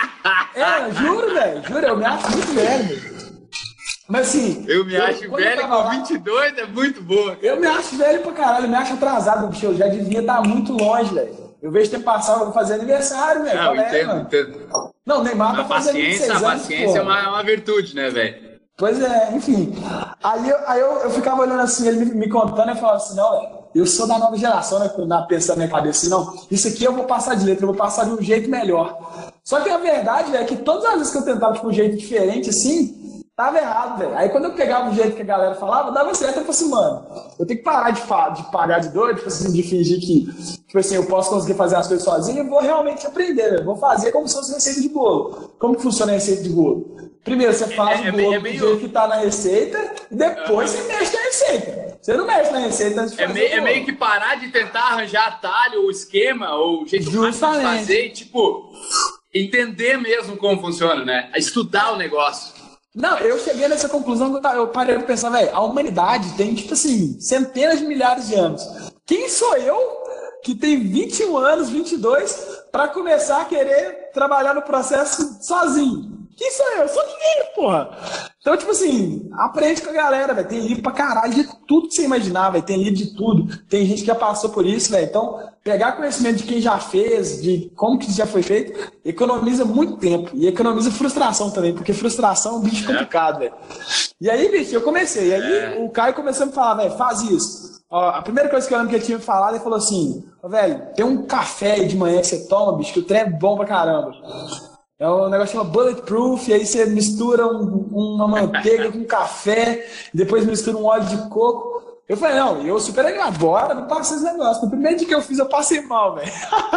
É, juro, velho, juro, eu me acho muito velho, velho. Mas assim. Eu me eu, acho velho com lá, vinte e dois, é muito boa. Eu me acho velho pra caralho, eu me acho atrasado, bicho. Eu já devia estar muito longe, velho. Eu vejo tempo passar, eu vou fazer aniversário, velho. Não, é, entendo, mano? entendo. Não, Neymar tá A fazendo paciência, vinte e seis a anos, paciência é pô. uma, uma virtude, né, velho? Pois é, enfim. Aí, eu, aí eu, eu ficava olhando assim, ele me, me contando, e eu falava assim, não, velho, eu sou da nova geração, né? Pensando na minha cabeça assim, não, isso aqui eu vou passar de letra, eu vou passar de um jeito melhor. Só que a verdade é que todas as vezes que eu tentava tipo, um jeito diferente, assim, tava errado, velho. Aí quando eu pegava o jeito que a galera falava, dava certo. Eu falei assim, mano, eu tenho que parar de, de pagar de doido, tipo assim, de fingir que, tipo assim, eu posso conseguir fazer as coisas sozinho e vou realmente aprender, velho. Vou fazer como se fosse receita de bolo. Como que funciona a receita de bolo? Primeiro você faz é, o bolo é, é meio... do jeito que tá na receita e depois uhum. você mexe na receita. Você não mexe na receita antes de é fazer meio, é meio que parar de tentar arranjar atalho ou esquema ou jeito fácil de fazer e, tipo, entender mesmo como funciona, né? Estudar o negócio. Não, eu cheguei nessa conclusão, eu parei pra pensar, velho, a humanidade tem, tipo assim, centenas de milhares de anos. Quem sou eu, que tem vinte e um anos, vinte e dois, pra começar a querer trabalhar no processo sozinho? Quem sou eu? Eu sou ninguém, porra. Então, tipo assim, aprende com a galera, velho. Tem livro pra caralho de tudo que você imaginar, velho. Tem livro de tudo. Tem gente que já passou por isso, velho. Então, pegar conhecimento de quem já fez, de como que já foi feito, economiza muito tempo. E economiza frustração também, porque frustração é um bicho complicado, velho. E aí, bicho, eu comecei. E aí, é. o Caio começou a me falar, velho, faz isso. Ó, a primeira coisa que eu lembro que ele tinha me falado, ele falou assim, velho, tem um café aí de manhã que você toma, bicho, que o trem é bom pra caramba. É um negócio que chama Bulletproof, e aí você mistura um, uma manteiga com café, depois mistura um óleo de coco. Eu falei, não, eu super animado, bora, não passa esse negócio. No primeiro dia que eu fiz, eu passei mal, velho.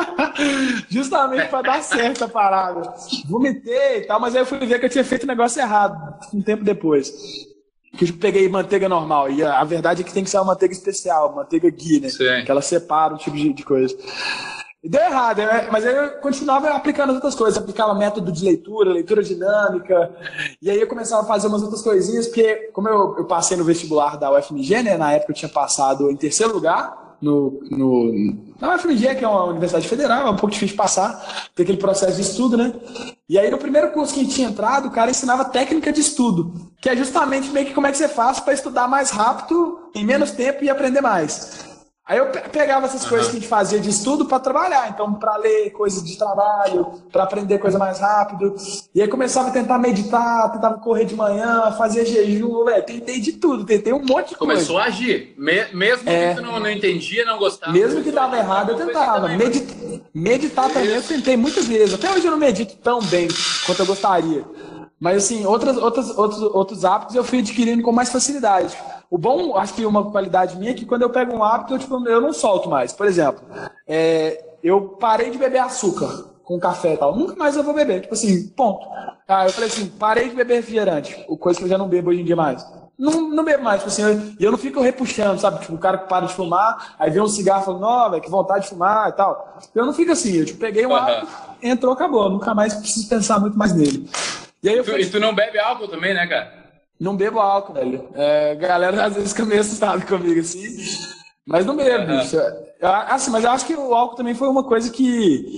Justamente pra dar certo a parada. Vomitei e tal, mas aí eu fui ver que eu tinha feito o negócio errado, um tempo depois. Que eu peguei manteiga normal, e a, a verdade é que tem que ser uma manteiga especial, manteiga ghee, né? Sim. Que ela separa um tipo de, de coisa. E deu errado, né? Mas aí eu continuava aplicando as outras coisas, aplicava método de leitura, leitura dinâmica, e aí eu começava a fazer umas outras coisinhas, porque como eu, eu passei no vestibular da U F M G, né? Na época eu tinha passado em terceiro lugar no, no, na U F M G, que é uma universidade federal, é um pouco difícil de passar, tem aquele processo de estudo, né? E aí no primeiro curso que a gente tinha entrado, o cara ensinava técnica de estudo, que é justamente meio que como é que você faz para estudar mais rápido, em menos tempo e aprender mais. Aí eu pegava essas uhum. coisas que a gente fazia de estudo para trabalhar, então para ler coisas de trabalho, para aprender coisa mais rápido, e aí começava a tentar meditar, tentava correr de manhã, fazia jejum, véio, tentei de tudo, tentei um monte de Começou coisa. Começou a agir, Me mesmo é, que tu não, não entendia, não gostava. Mesmo que dava errado, eu tentava. Também, Medi meditar Isso. também eu tentei muitas vezes, até hoje eu não medito tão bem quanto eu gostaria. Mas assim, outras, outras, outros, outros hábitos eu fui adquirindo com mais facilidade. O bom, acho que uma qualidade minha é que quando eu pego um hábito, eu, tipo, eu não solto mais. Por exemplo, é, eu parei de beber açúcar com café e tal. Nunca mais eu vou beber. Tipo assim, ponto. Ah, eu falei assim, parei de beber refrigerante. Coisa que eu já não bebo hoje em dia mais. Não, não bebo mais. Tipo assim, eu, eu não fico repuxando, sabe? Tipo, o cara que para de fumar, aí vê um cigarro e fala, não, velho, que vontade de fumar e tal. Eu não fico assim. Eu tipo, peguei um hábito, entrou, acabou. Nunca mais preciso pensar muito mais nele. E, aí eu tu, falei, e tu não bebe álcool também, né, cara? Não bebo álcool, velho. É, galera às vezes fica meio assustada comigo assim, mas não bebo, uhum. bicho. Eu, assim, mas eu acho que o álcool também foi uma coisa que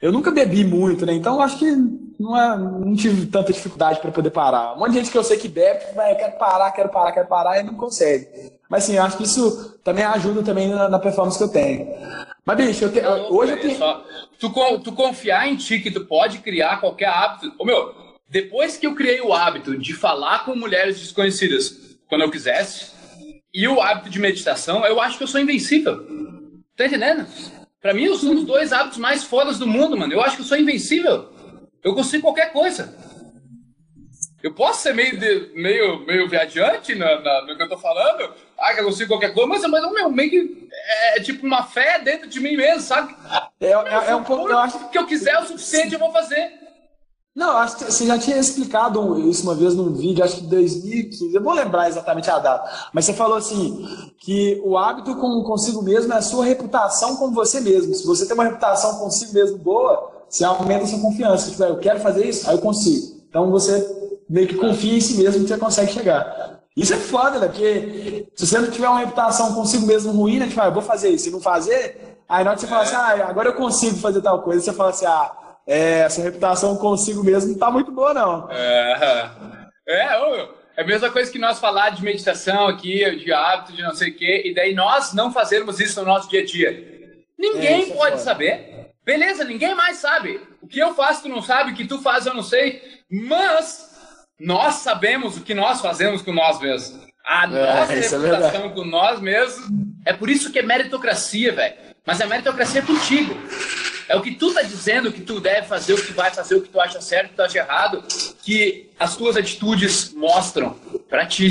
eu nunca bebi muito, né? Então acho que não, é, não tive tanta dificuldade para poder parar. Um monte de gente que eu sei que bebe, vai, eu quero parar, quero parar, quero parar, e não consegue. Mas sim, eu acho que isso também ajuda também na, na performance que eu tenho. Mas, bicho, eu te, Não, hoje eu é tenho... só, tu, tu confiar em ti que tu pode criar qualquer hábito. Ô, meu, depois que eu criei o hábito de falar com mulheres desconhecidas quando eu quisesse, e o hábito de meditação, eu acho que eu sou invencível. Tá entendendo? Pra mim, são os dois hábitos mais fodas do mundo, mano. Eu acho que eu sou invencível. Eu consigo qualquer coisa. Eu posso ser meio, de, meio, meio viajante na, na, no que eu tô falando. Ah, que eu consigo qualquer coisa. Mas, mas meu, meio que é, é tipo uma fé dentro de mim mesmo, sabe? É, é, é um pouco... Eu acho que eu quiser o suficiente, eu vou fazer. Não, acho que você já tinha explicado isso uma vez num vídeo, acho que dois mil e quinze, eu vou lembrar exatamente a data, mas você falou assim, que o hábito com consigo mesmo é a sua reputação com você mesmo. Se você tem uma reputação consigo mesmo boa, você aumenta a sua confiança. Tipo, eu quero fazer isso, aí eu consigo. Então você meio que confia em si mesmo que você consegue chegar. Isso é foda, né? Porque se você não tiver uma reputação consigo mesmo ruim, né? Tipo, ah, eu vou fazer isso, se não fazer, aí na hora que você fala assim, ah, agora eu consigo fazer tal coisa, você fala assim, ah, é, essa reputação consigo mesmo não tá muito boa, não. É, é, é a mesma coisa que nós falar de meditação aqui, de hábito, de não sei o quê, e daí nós não fazermos isso no nosso dia a dia. Ninguém é, pode é saber. Beleza, ninguém mais sabe. O que eu faço tu não sabe, o que tu faz eu não sei, mas nós sabemos o que nós fazemos com nós mesmos. A nossa é, reputação é com nós mesmos, é por isso que é meritocracia, velho. Mas a meritocracia é contigo. É o que tu tá dizendo, o que tu deve fazer, o que tu vai fazer, o que tu acha certo, o que tu acha errado, que as tuas atitudes mostram pra ti.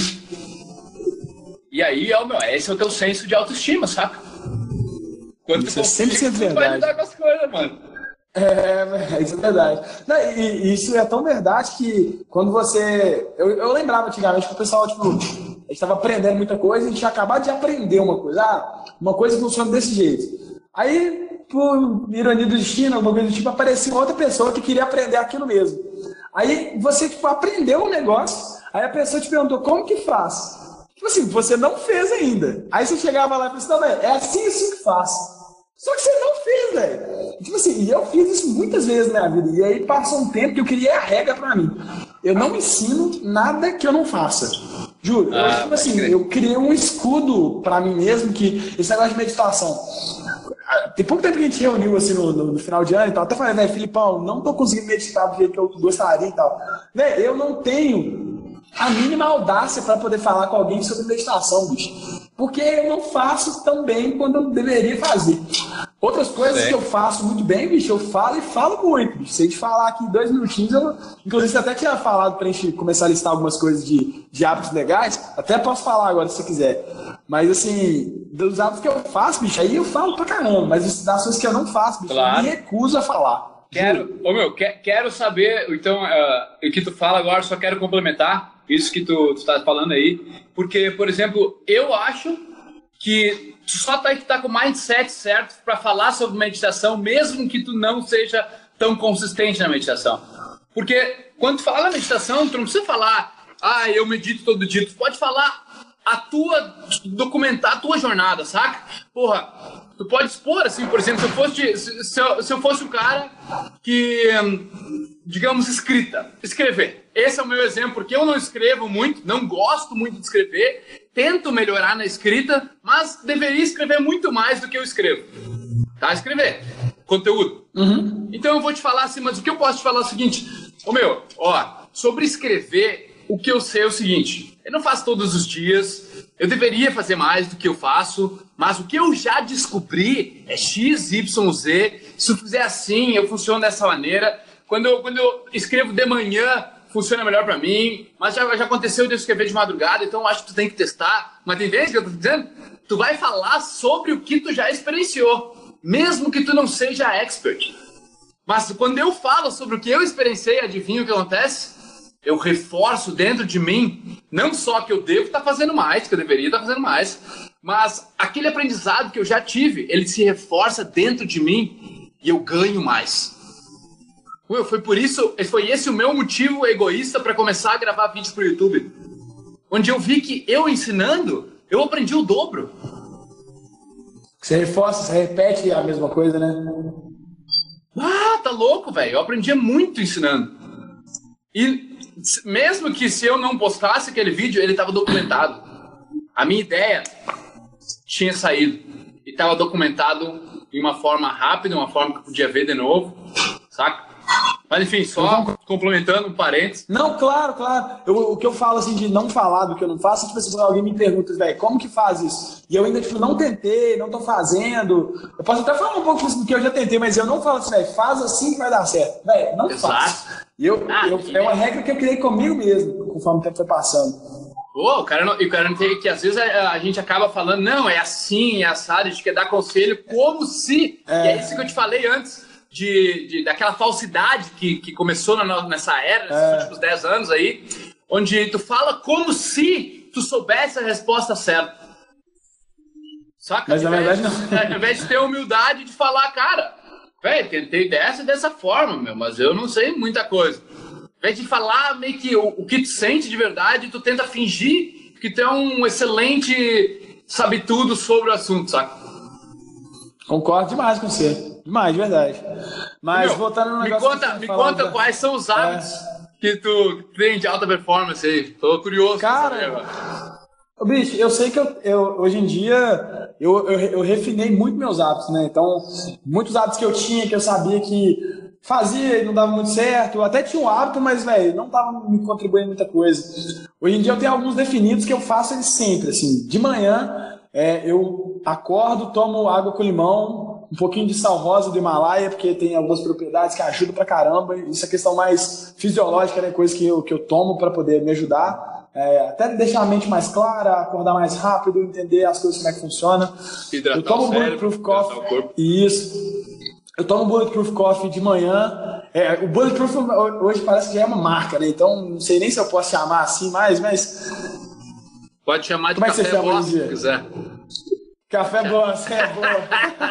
E aí, é o meu, esse é o teu senso de autoestima, saca? Quando isso tu é sempre tu verdade. vai lidar com as coisas, mano. É, isso é verdade. Não, e, e isso é tão verdade que quando você... Eu, eu lembrava antigamente que o pessoal, tipo, a gente estava aprendendo muita coisa e a gente tinha acabado de aprender uma coisa. Ah, uma coisa funciona desse jeito. Aí, por ironia do destino, alguma coisa do tipo, apareceu outra pessoa que queria aprender aquilo mesmo. Aí você, tipo, aprendeu um negócio, aí a pessoa te perguntou como que faz. Tipo assim, você não fez ainda. Aí você chegava lá e falava assim, não, velho, é assim assim que faz. Só que você não fez, velho. Tipo assim, e eu fiz isso muitas vezes na minha vida. E aí passou um tempo que eu queria a regra pra mim. Eu não ensino nada que eu não faça. Juro. Ah, eu, tipo assim, eu criei um escudo pra mim mesmo, que esse negócio de meditação. Tem pouco tempo que a gente reuniu assim no, no, no final de ano e tal. Até falei, velho, Filipão, não tô conseguindo meditar do jeito que eu gostaria e tal. Velho, eu não tenho a mínima audácia pra poder falar com alguém sobre meditação, bicho. Porque eu não faço tão bem quanto eu deveria fazer. Outras coisas é. que eu faço muito bem, bicho, eu falo e falo muito, bicho. Se a gente falar aqui dois minutinhos, eu... Inclusive, você até tinha falado pra gente começar a listar algumas coisas de, de hábitos legais. Até posso falar agora, se você quiser. Mas, assim, dos hábitos que eu faço, bicho, aí eu falo pra caramba. Mas das coisas que eu não faço, bicho, claro. Eu me recuso a falar. Quero, ô meu, que, quero saber, então, uh, o que tu fala agora, só quero complementar isso que tu, tu tá falando aí. Porque, por exemplo, eu acho que tu só tá, que tá com o mindset certo para falar sobre meditação, mesmo que tu não seja tão consistente na meditação. Porque quando tu fala na meditação, tu não precisa falar, ah, eu medito todo dia. Tu pode falar a tua, documentar a tua jornada, saca? Porra, tu pode expor, assim, por exemplo, se eu fosse, se eu, se eu fosse um cara que, digamos, escrita, escrever. Esse é o meu exemplo, porque eu não escrevo muito, não gosto muito de escrever, tento melhorar na escrita, mas deveria escrever muito mais do que eu escrevo. Tá? Escrever conteúdo. Uhum. Então eu vou te falar assim, mas o que eu posso te falar é o seguinte, ô meu, ó, sobre escrever, o que eu sei é o seguinte, eu não faço todos os dias, eu deveria fazer mais do que eu faço, mas o que eu já descobri é X, Y, Z, se eu fizer assim, eu funciono dessa maneira, quando eu, quando eu escrevo de manhã, funciona melhor pra mim, mas já, já aconteceu de eu escrever de madrugada, então acho que tu tem que testar. Mas entende o que eu tô dizendo? Tu vai falar sobre o que tu já experienciou, mesmo que tu não seja expert. Mas quando eu falo sobre o que eu experienciei, adivinha o que acontece? Eu reforço dentro de mim, não só que eu devo estar fazendo mais, que eu deveria estar fazendo mais, mas aquele aprendizado que eu já tive, ele se reforça dentro de mim e eu ganho mais. Foi por isso, foi esse o meu motivo egoísta para começar a gravar vídeos pro YouTube. Onde eu vi que eu ensinando, eu aprendi o dobro. Você reforça, você repete a mesma coisa, né? Ah, tá louco, velho. Eu aprendia muito ensinando. E mesmo que se eu não postasse aquele vídeo, ele tava documentado. A minha ideia tinha saído. E tava documentado de uma forma rápida, uma forma que eu podia ver de novo, saca? Mas enfim, só complementando um parênteses. Não, claro, claro. Eu, o que eu falo assim de não falar do que eu não faço, tipo assim, quando alguém me pergunta, velho, como que faz isso? E eu ainda, tipo, não tentei, não tô fazendo. Eu posso até falar um pouco do que eu já tentei, mas eu não falo assim, velho, faz assim que vai dar certo. Velho, não faço. E eu, ah, eu, é uma regra que eu criei comigo mesmo, conforme o tempo foi passando. Oh, o cara não, o cara não tem que às vezes a, a gente acaba falando, não, é assim, é assado, a gente quer dar conselho como se. É. E é isso que eu te falei antes, de, de, daquela falsidade que, que começou na, nessa era, nesses é. últimos dez anos aí, onde tu fala como se tu soubesse a resposta certa. Saca? Mas na verdade não. Ao invés de ter a humildade de falar, cara, velho, tentei dessa e dessa forma, meu, mas eu não sei muita coisa. Ao invés de falar meio que o, o que tu sente de verdade, tu tenta fingir que tu é um excelente sabe-tudo sobre o assunto, saca? Concordo demais com você. Demais, de verdade. Mas meu, voltando no negócio... Me conta, me conta da... quais são os hábitos é. que tu tem de alta performance aí. Tô curioso. Cara, ô, bicho, eu sei que eu, eu, hoje em dia eu, eu, eu refinei muito meus hábitos, né? Então, muitos hábitos que eu tinha, que eu sabia que fazia e não dava muito certo. Eu até tinha um hábito, mas, velho, não tava me contribuindo muita coisa. Hoje em dia eu tenho alguns definidos que eu faço eles sempre, assim. De manhã, é, eu acordo, tomo água com limão, um pouquinho de sal rosa do Himalaia, porque tem algumas propriedades que ajudam pra caramba. Isso é questão mais fisiológica, né? Coisa que eu, que eu tomo pra poder me ajudar. É, até deixar a mente mais clara, acordar mais rápido, entender as coisas como é que funciona. Hidratar eu tomo o cérebro, Bulletproof Coffee. Isso. Eu tomo Bulletproof Coffee de manhã. É, o Bulletproof hoje parece que já é uma marca, né? Então não sei nem se eu posso chamar assim mais, mas... Pode chamar de como café boss, se quiser. Café boss, é boa.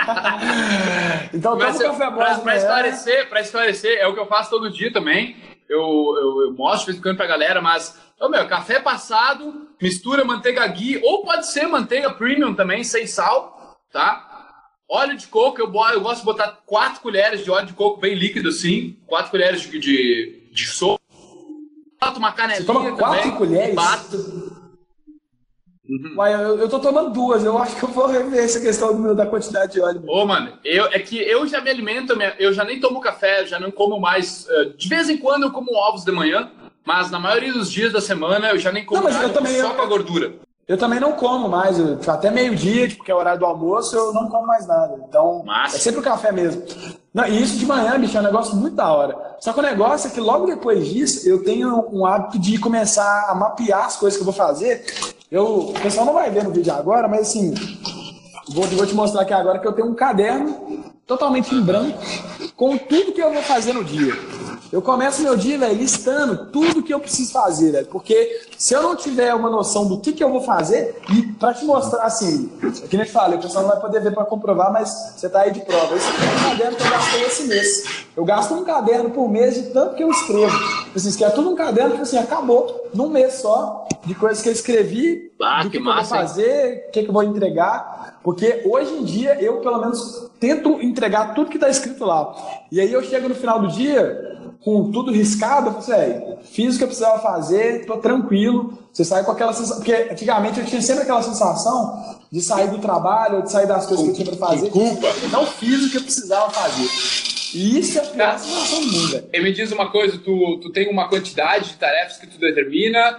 Então toma café boss. Pra, pra esclarecer, pra esclarecer, é o que eu faço todo dia também. Eu, eu, eu mostro de vez em quando pra galera, mas... Ô, meu, café passado, mistura manteiga ghee, ou pode ser manteiga premium também, sem sal, tá? Óleo de coco, eu, eu gosto de botar quatro colheres de óleo de coco bem líquido assim, quatro colheres de, de, de sopa. Boto uma canelinha. Você toma quatro também, colheres? Bato. Uhum. Uai, eu, eu tô tomando duas, eu acho que eu vou rever essa questão do, da quantidade de óleo. Ô, mano, eu, é que eu já me alimento, eu já nem tomo café, já não como mais. De vez em quando eu como ovos de manhã, mas na maioria dos dias da semana eu já nem como não, nada, eu também, só eu, com a gordura. Eu também não como mais, eu, até meio-dia, tipo, que é o horário do almoço, eu não como mais nada. Então, Massa. É sempre o café mesmo. Não, e isso de manhã, bicho, é um negócio muito da hora. Só que o negócio é que logo depois disso, eu tenho um hábito de começar a mapear as coisas que eu vou fazer. Eu, o pessoal não vai ver no vídeo agora, mas assim, vou, vou te mostrar aqui agora que eu tenho um caderno totalmente em branco com tudo que eu vou fazer no dia. Eu começo meu dia, velho, listando tudo que eu preciso fazer, velho. Porque se eu não tiver uma noção do que, que eu vou fazer, e pra te mostrar, assim, que nem eu te falei, o pessoal não vai poder ver pra comprovar, mas você tá aí de prova. Esse aqui é um caderno que eu gastei esse mês. Eu gasto um caderno por mês de tanto que eu escrevo. Assim, que é tudo um caderno que, assim, acabou num mês só, de coisas que eu escrevi, ah, do que, que, que eu vou massa, fazer, o que, que eu vou entregar. Porque hoje em dia, eu, pelo menos, tento entregar tudo que tá escrito lá. E aí eu chego no final do dia... com tudo riscado, eu falei assim, fiz o que eu precisava fazer, tô tranquilo. Você sai com aquela sensação, porque antigamente eu tinha sempre aquela sensação de sair do trabalho, de sair das coisas que eu tinha pra fazer. Culpa. Não fiz o que eu precisava fazer. E isso é a pior sensação do mundo, velho. E me diz uma coisa, tu, tu tem uma quantidade de tarefas que tu determina,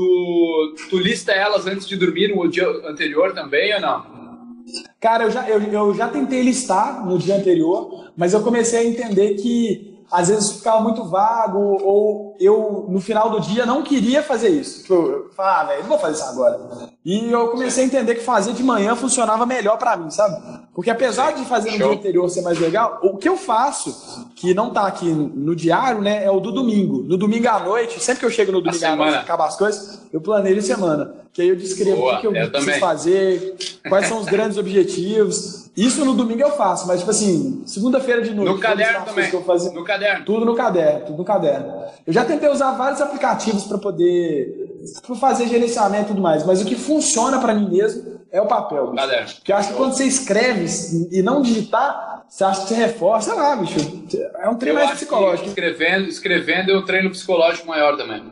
tu, tu lista elas antes de dormir no dia anterior também ou não? Cara, eu já, eu, eu já tentei listar no dia anterior, mas eu comecei a entender que às vezes ficava muito vago, ou eu, no final do dia, não queria fazer isso. Tipo, eu falava, ah, velho, não vou fazer isso agora. E eu comecei a entender que fazer de manhã funcionava melhor pra mim, sabe? Porque apesar de fazer no Show. dia anterior ser mais legal, o que eu faço, que não tá aqui no diário, né, é o do domingo. No domingo à noite, sempre que eu chego no domingo à noite, acaba as coisas, eu planejo a semana. Que aí eu descrevo Boa, o que eu, eu preciso também. fazer, quais são os grandes objetivos. Isso no domingo eu faço, mas tipo assim, segunda-feira de noite. No caderno também. Que eu fazer, no caderno. Tudo no caderno, tudo no caderno. Eu já tentei usar vários aplicativos para poder por fazer gerenciamento e tudo mais, mas o que funciona pra mim mesmo é o papel, bicho. Galera. Porque eu acho que quando você escreve e não digitar, você acha que você reforça, sei lá, bicho. É um treino Eu mais acho psicológico. que escrevendo, escrevendo é um treino psicológico maior também.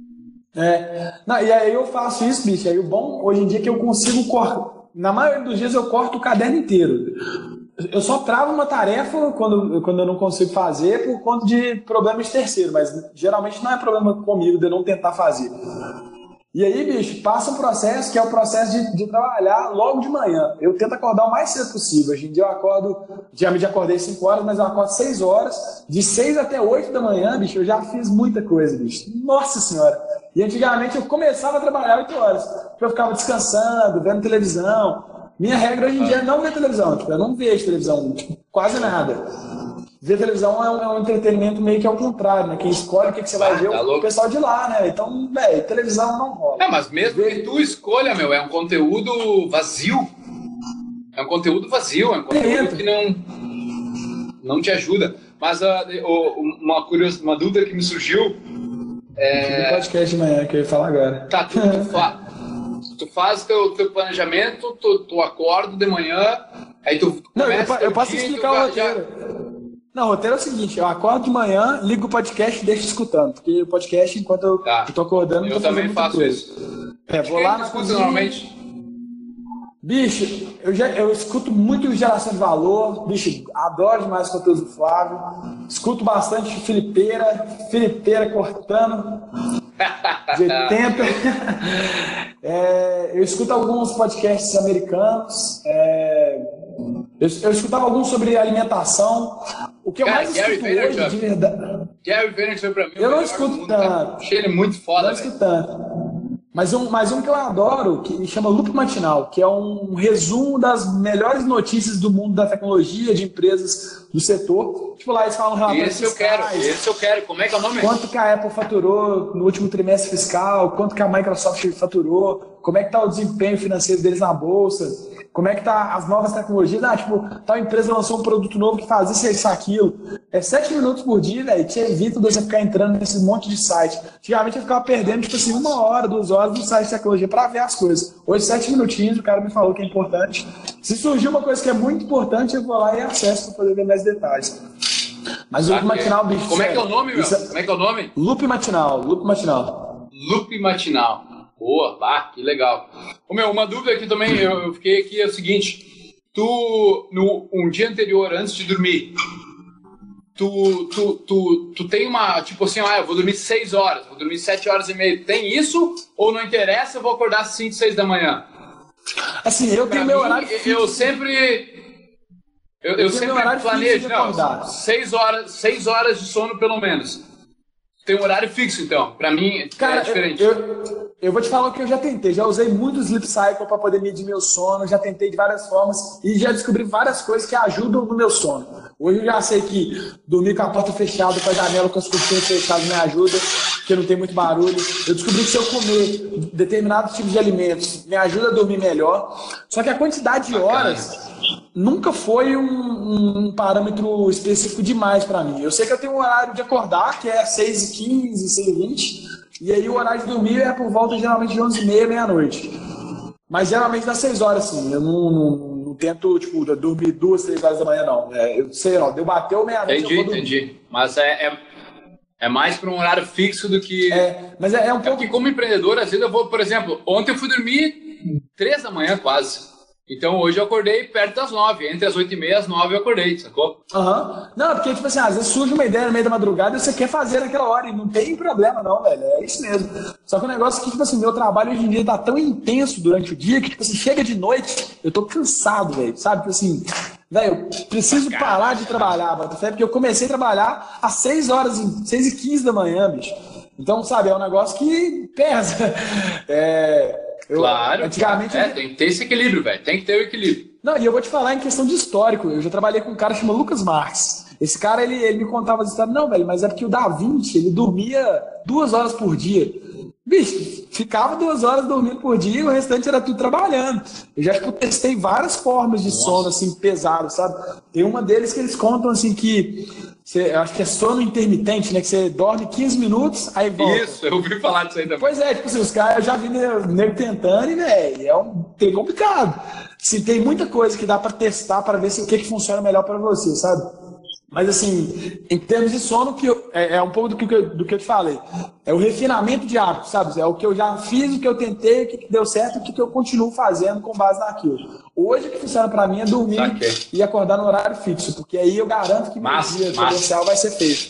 É. Não, e aí eu faço isso, bicho. Aí o bom hoje em dia é que eu consigo cortar. Na maioria dos dias eu corto o caderno inteiro. Eu só travo uma tarefa quando, quando eu não consigo fazer por conta de problemas de terceiro, mas geralmente não é problema comigo de eu não tentar fazer. E aí, bicho, passa um processo que é o processo de, de trabalhar logo de manhã. Eu tento acordar o mais cedo possível. Hoje em dia eu acordo, geralmente acordei cinco horas, mas eu acordo seis horas. De seis até oito da manhã, bicho, eu já fiz muita coisa, bicho. Nossa Senhora! E antigamente eu começava a trabalhar oito horas. Porque eu ficava descansando, vendo televisão. Minha regra hoje em dia é não ver televisão. Tipo, eu não vejo televisão, tipo, quase nada. Ver televisão é um, é um entretenimento meio que ao contrário, né? Quem escolhe o que, que você vai Ah, ver tá é o louco. pessoal de lá, né? Então, velho, televisão não rola. É, mas mesmo que tu escolha, meu, é um conteúdo vazio. É um conteúdo vazio, é um conteúdo que não, não te ajuda. Mas uh, uma, curiosidade, uma dúvida que me surgiu é... podcast de manhã que eu ia falar agora. Tá, tu, tu, fa... tu faz teu, teu planejamento, tu, tu acorda de manhã, aí tu não, começa eu, eu posso explicar o roteiro. Já... Não, o roteiro é o seguinte, eu acordo de manhã, ligo o podcast e deixo escutando, porque o podcast, enquanto eu, tá. eu tô acordando, eu tô também faço coisa. isso. É, vou lá na cozinha, normalmente. Bicho, eu, já, eu escuto muito Geração de Valor, bicho, adoro demais o conteúdo do Flávio, escuto bastante Filipeira, Filipeira cortando, de oitenta. É, eu escuto alguns podcasts americanos, é, eu, eu escutava alguns sobre alimentação. O que eu Cara, mais Gary escuto Vaynerchuk. hoje, de verdade... Gary Vaynerchuk pra mim. Eu não escuto tanto. Achei ele muito foda, Não escuto tanto. Mas um, mas um que eu adoro, que chama Loop Matinal, que é um resumo das melhores notícias do mundo da tecnologia, de empresas do setor. Tipo, lá eles falam relatórios Esse eu quero, esse eu quero. Como é que é o nome? Quanto que a Apple faturou no último trimestre fiscal, quanto que a Microsoft faturou, como é que está o desempenho financeiro deles na bolsa, como é que tá as novas tecnologias. Ah, tipo, tal empresa lançou um produto novo que faz isso, isso, aquilo. É sete minutos por dia, velho, te evita de você ficar entrando nesse monte de site. Antigamente eu ficava perdendo, tipo assim, uma hora, duas horas no site de tecnologia para ver as coisas. Hoje, sete minutinhos, o cara me falou que é importante. Se surgir uma coisa que é muito importante, eu vou lá e acesso para poder ver mais detalhes. Mas o Loop Matinal, bicho. Como é que é o nome, meu? É... Como é que é o nome? Loop Matinal, Loop Matinal. Loop Matinal. Boa, bah, que legal. Ô, meu, uma dúvida aqui também, eu, eu fiquei aqui, é o seguinte, tu, no, um dia anterior, antes de dormir, tu, tu, tu, tu tem uma, tipo assim, ah, eu vou dormir seis horas, vou dormir sete horas e meia, tem isso? Ou não interessa, eu vou acordar às cinco, seis da manhã? Assim, eu tenho meu horário fixo. Eu sempre... Eu, eu, eu sempre planejo, não, seis horas, seis horas de sono pelo menos. Tem um horário fixo, então. Pra mim, cara, é diferente. Eu, eu, eu vou te falar o que eu já tentei. Já usei muito Sleep Cycle para poder medir meu sono. Já tentei de várias formas e já descobri várias coisas que ajudam no meu sono. Hoje eu já sei que dormir com a porta fechada, com a janela, com as cortinas fechadas me ajuda, porque não tem muito barulho. Eu descobri que se eu comer determinados tipos de alimentos, me ajuda a dormir melhor. Só que a quantidade de horas nunca foi um, um, um parâmetro específico demais para mim. Eu sei que eu tenho um horário de acordar, que é seis e quinze, seis e vinte, e aí o horário de dormir é por volta geralmente de onze e meia, meia-noite. Mas geralmente das seis horas, sim. Eu não, não, não tento, tipo, dormir duas, três horas da manhã, não. É, eu sei, ó, deu bateu meia-noite. Entendi, eu vou entendi. Mas é, é, é mais para um horário fixo do que. É, mas é, é um pouco. É porque, como empreendedor, às vezes eu vou, por exemplo, ontem eu fui dormir três da manhã quase. Então hoje eu acordei perto das nove, entre as oito e meia e as nove eu acordei, sacou? Aham. Uhum. Não, porque tipo assim, às vezes surge uma ideia no meio da madrugada e você quer fazer naquela hora e não tem problema não, velho, é isso mesmo. Só que o negócio é que, tipo assim, meu trabalho hoje em dia tá tão intenso durante o dia que, tipo assim, chega de noite, eu tô cansado, velho, sabe? Tipo assim, velho, eu preciso parar de trabalhar, porque eu comecei a trabalhar às seis horas, seis e quinze da manhã, bicho. Então, sabe, é um negócio que pesa. É... Eu, claro, antigamente é, eu... tem que ter esse equilíbrio, velho. Tem que ter o equilíbrio. Não, e eu vou te falar em questão de histórico. Eu já trabalhei com um cara chamado Lucas Marques. Esse cara, ele, ele me contava as histórias. Não, velho, mas é porque o Da Vinci, ele dormia duas horas por dia. Bicho, ficava duas horas dormindo por dia e o restante era tudo trabalhando. Eu já tipo, testei várias formas de Nossa. sono, assim, pesado, sabe? Tem uma deles que eles contam, assim, que Você, eu acho que é sono intermitente, né? Que você dorme quinze minutos, aí volta. Isso, eu ouvi falar disso aí também. Pois é, tipo assim, os caras, eu já vi nego tentando e, velho, é um, tem complicado. Assim, tem muita coisa que dá pra testar pra ver se, o que, que funciona melhor pra você, sabe? Mas assim, em termos de sono, que eu, é, é um pouco do que, eu, do que eu te falei. É o refinamento de hábitos, sabe? É o que eu já fiz, o que eu tentei, o que, que deu certo, o que, que eu continuo fazendo com base naquilo. Hoje o que funciona pra mim é dormir Saquei. e acordar no horário fixo, porque aí eu garanto que meu dia potencial vai ser feito.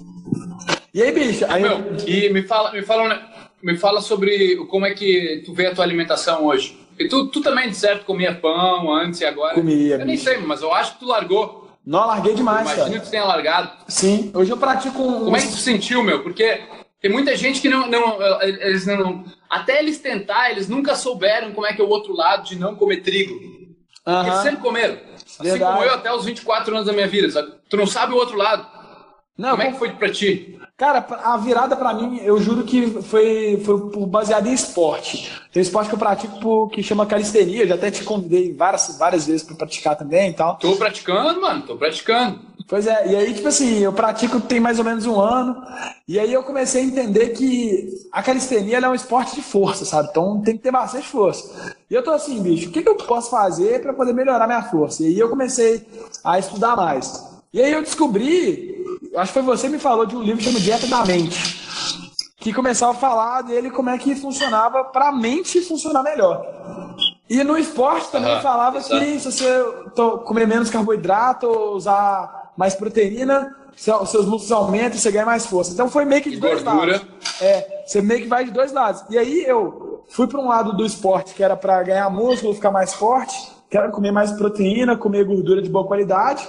E aí, bicho? Aí Meu, eu... E me fala, me, fala, me fala sobre como é que tu vê a tua alimentação hoje. E tu, tu também, de certo, comia pão antes e agora? Comia. Eu nem bicho. sei, mas eu acho que tu largou. Não, larguei demais, Imagina cara. que tu tenha largado. Sim, hoje eu pratico um... Como é que tu sentiu, meu? Porque tem muita gente que não, não, eles não... Até eles tentar, eles nunca souberam como é que é o outro lado de não comer trigo. Uhum. Eles sempre comeram. Assim Verdade. como eu até os vinte e quatro anos da minha vida, sabe? Tu não sabe o outro lado. Não, como é que foi pra ti? Cara, a virada pra mim, eu juro que foi, foi baseado em esporte. Tem um esporte que eu pratico por, que chama calistenia, eu já até te convidei várias, várias vezes pra praticar também e tal. Tô praticando, mano, tô praticando. Pois é, e aí, tipo assim, eu pratico tem mais ou menos um ano, e aí eu comecei a entender que a calistenia ela é um esporte de força, sabe? Então tem que ter bastante força. E eu tô assim, bicho, o que, que eu posso fazer pra poder melhorar minha força? E aí eu comecei a estudar mais. E aí eu descobri, acho que foi você que me falou de um livro que chama Dieta da Mente, que começava a falar dele como é que funcionava para a mente funcionar melhor. E no esporte também uhum, falava exato. que se você comer menos carboidrato, usar mais proteína, seus músculos aumentam e você ganha mais força. Então foi meio que de e dois gordura. lados. É, você meio que vai de dois lados. E aí eu fui para um lado do esporte que era para ganhar músculo, ficar mais forte, que era comer mais proteína, comer gordura de boa qualidade.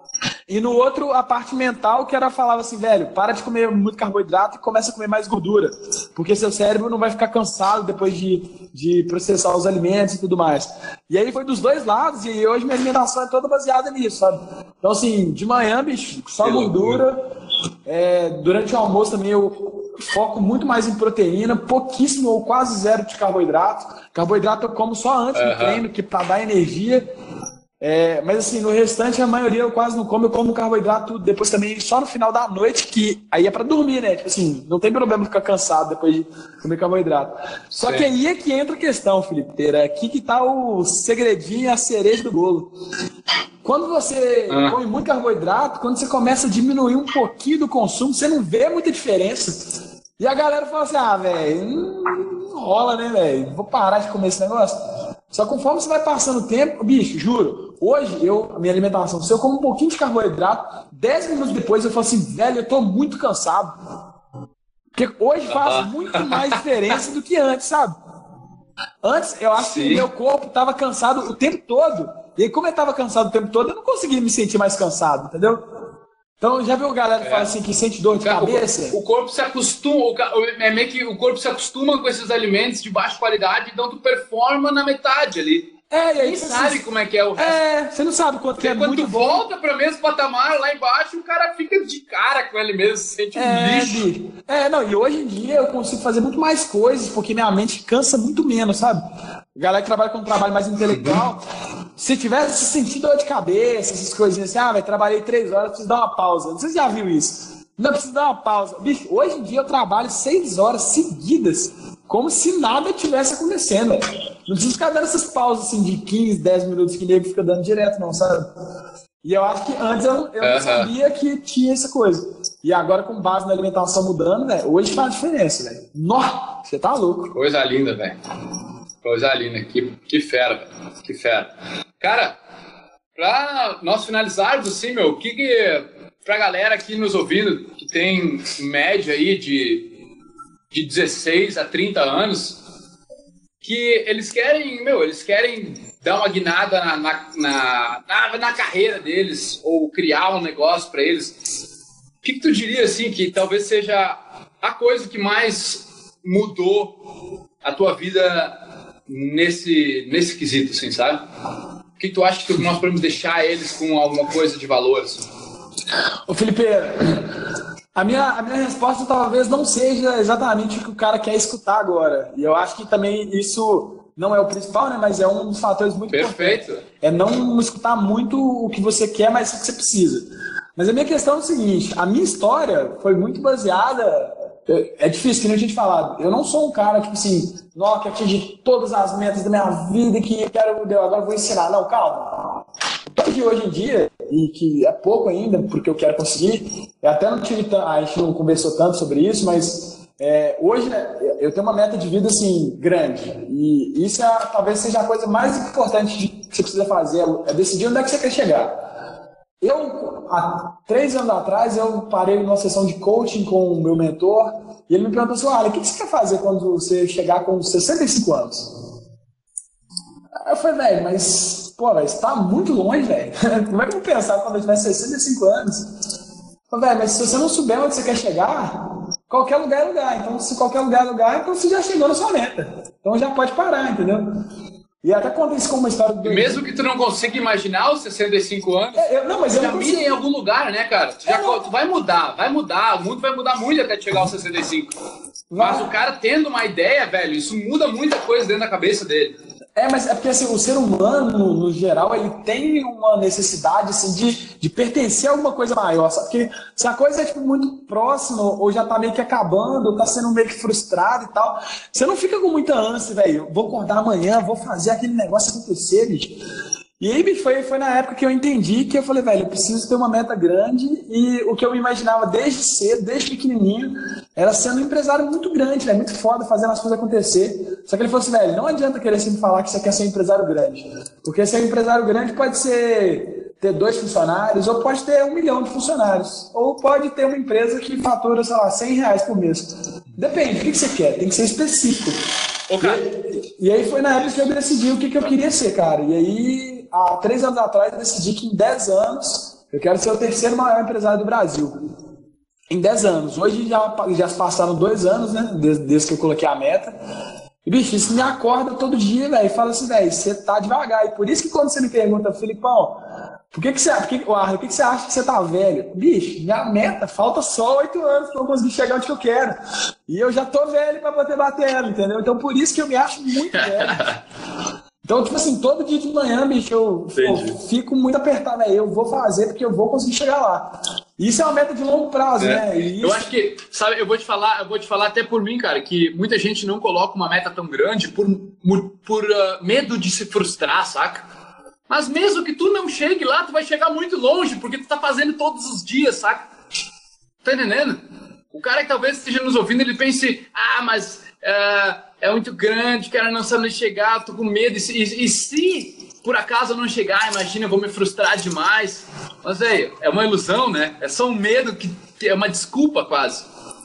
E no outro, a parte mental, que era falava assim, velho, para de comer muito carboidrato e começa a comer mais gordura. Porque seu cérebro não vai ficar cansado depois de, de processar os alimentos e tudo mais. E aí foi dos dois lados, e hoje minha alimentação é toda baseada nisso, sabe? Então assim, de manhã, bicho, só que gordura. É, durante o almoço também eu foco muito mais em proteína, pouquíssimo ou quase zero de carboidrato. Carboidrato eu como só antes uhum. do treino, que para dar energia. É, mas assim, no restante a maioria eu quase não como, eu como carboidrato depois também só no final da noite, que aí é pra dormir, né? Tipo assim, não tem problema ficar cansado depois de comer carboidrato. Só Sim. que aí é que entra a questão, Felipe, aqui que tá o segredinho, a cereja do bolo. Quando você ah. come muito carboidrato, quando você começa a diminuir um pouquinho do consumo, você não vê muita diferença. E a galera fala assim, ah, velho, não rola, né, velho? Vou parar de comer esse negócio. Só que conforme você vai passando o tempo, bicho, juro, hoje, eu, a minha alimentação, se eu como um pouquinho de carboidrato, dez minutos depois eu falo assim, velho, eu tô muito cansado. Porque hoje faz muito mais diferença do que antes, sabe? Antes, eu acho Sim. que o meu corpo tava cansado o tempo todo. E aí, como eu tava cansado o tempo todo, eu não conseguia me sentir mais cansado, entendeu? Então, já viu a galera que é. fala assim, que sente dor de o cabeça? O, o corpo se acostuma, é meio que o corpo se acostuma com esses alimentos de baixa qualidade, então tu performa na metade ali. É, e aí nem sabe como é que é o resto. É, você não sabe quanto que é quando muito tu bom. volta para o mesmo patamar lá embaixo, o cara fica de cara com ele mesmo, se sente um é, lixo. Bicho. É, não, e hoje em dia eu consigo fazer muito mais coisas, porque minha mente cansa muito menos, sabe? Galera que trabalha com um trabalho mais intelectual, se tivesse sentido dor de cabeça, essas coisinhas assim, ah, velho, trabalhei três horas, preciso dar uma pausa. Você já viu isso? Não, preciso dar uma pausa. Bicho, hoje em dia eu trabalho seis horas seguidas, como se nada tivesse acontecendo. Não precisa ficar dando essas pausas assim de quinze, dez minutos que nego fica dando direto, não, sabe? E eu acho que antes eu, eu uhum. não sabia que tinha essa coisa. E agora, com base na alimentação mudando, né, hoje faz diferença, velho. Nossa, você tá louco. Coisa linda, velho. Coisa linda. Que, que fera, velho. Que fera. Cara, pra nós finalizarmos assim, meu, o que que... Pra galera aqui nos ouvindo, que tem média aí de, de dezesseis a trinta anos, que eles querem, meu, eles querem dar uma guinada na, na, na, na, na carreira deles, ou criar um negócio pra eles. O que, que tu diria, assim, que talvez seja a coisa que mais mudou a tua vida nesse, nesse quesito, assim, sabe? O que, que tu acha que nós podemos deixar eles com alguma coisa de valor, assim? Ô Felipe, a minha, a minha resposta talvez não seja exatamente o que o cara quer escutar agora. E eu acho que também isso não é o principal, né? Mas é um dos fatores muito Perfeito. importantes. É não escutar muito o que você quer, mas o que você precisa. Mas a minha questão é o seguinte, a minha história foi muito baseada... É difícil, que nem a gente falar. Eu não sou um cara, tipo assim, não, que atingir todas as metas da minha vida, que eu quero, agora eu vou ensinar. Não, calma. Que hoje em dia, e que é pouco ainda, porque eu quero conseguir, eu até não tive, a gente não conversou tanto sobre isso, mas é, hoje, né, eu tenho uma meta de vida, assim, grande. E isso é, talvez seja a coisa mais importante que você precisa fazer, é decidir onde é que você quer chegar. Eu, há três anos atrás, eu parei numa sessão de coaching com o meu mentor e ele me perguntou assim, olha, o que você quer fazer quando você chegar com sessenta e cinco anos? Aí eu falei, velho, mas, pô, velho, você tá muito longe, velho. Como é que eu vou pensar quando eu tiver sessenta e cinco anos? Eu falei, velho, mas se você não souber onde você quer chegar, qualquer lugar é lugar. Então, se qualquer lugar é lugar, então você já chegou na sua meta. Então já pode parar, entendeu? E até conta isso como uma história do... Mesmo que tu não consiga imaginar os sessenta e cinco anos, é, eu, não, mas eu já não mira em algum lugar, né, cara? Tu, já, é, tu vai mudar, vai mudar, o mundo vai mudar muito até chegar aos sessenta e cinco. Mas vai. o cara tendo uma ideia, velho, isso muda muita coisa dentro da cabeça dele. É, mas é porque assim, o ser humano, no geral, ele tem uma necessidade assim, de, de pertencer a alguma coisa maior. Sabe? Porque se a coisa é tipo, muito próxima, ou já tá meio que acabando, ou tá sendo meio que frustrado e tal, você não fica com muita ânsia, velho. Vou acordar amanhã, vou fazer aquele negócio acontecer, bicho. E aí, bicho, foi, foi na época que eu entendi que eu falei, velho, eu preciso ter uma meta grande e o que eu imaginava desde cedo, desde pequenininho, era sendo um empresário muito grande, velho, muito foda, fazendo as coisas acontecer. Só que ele falou assim, velho, não adianta querer sempre falar que você quer ser um empresário grande, porque ser um empresário grande pode ser ter dois funcionários, ou pode ter um milhão de funcionários, ou pode ter uma empresa que fatura, sei lá, cem reais por mês. Depende, o que você quer, tem que ser específico. Ô, cara. E, e aí foi na época que eu decidi o que, que eu queria ser, cara. E aí, há três anos atrás, eu decidi que em dez anos eu quero ser o terceiro maior empresário do Brasil. Em dez anos. Hoje já, já se passaram dois anos, né? Desde, desde que eu coloquei a meta. E, bicho, isso me acorda todo dia, velho. E fala assim, velho, você tá devagar. E por isso que quando você me pergunta, Filipão, por que, que você, por que, Arno, por que, que você acha que você tá velho? Bicho, minha meta, falta só oito anos pra eu conseguir chegar onde que eu quero. E eu já tô velho pra poder bater ela, entendeu? Então por isso que eu me acho muito velho. Então, tipo assim, todo dia de manhã, bicho, eu, eu fico muito apertado, né? Eu vou fazer porque eu vou conseguir chegar lá. Isso é uma meta de longo prazo, é. né? E eu isso... acho que, sabe, eu vou te falar, eu vou te falar até por mim, cara, que muita gente não coloca uma meta tão grande por, por, por uh, medo de se frustrar, saca? Mas mesmo que tu não chegue lá, tu vai chegar muito longe, porque tu tá fazendo todos os dias, saca? Tá entendendo? O cara que talvez esteja nos ouvindo, ele pense, ah, mas uh, é muito grande, cara, não sabe onde chegar, tô com medo. E, e, e se por acaso eu não chegar, imagina, eu vou me frustrar demais. Mas, aí, é uma ilusão, né? É só um medo, que, que é uma desculpa quase.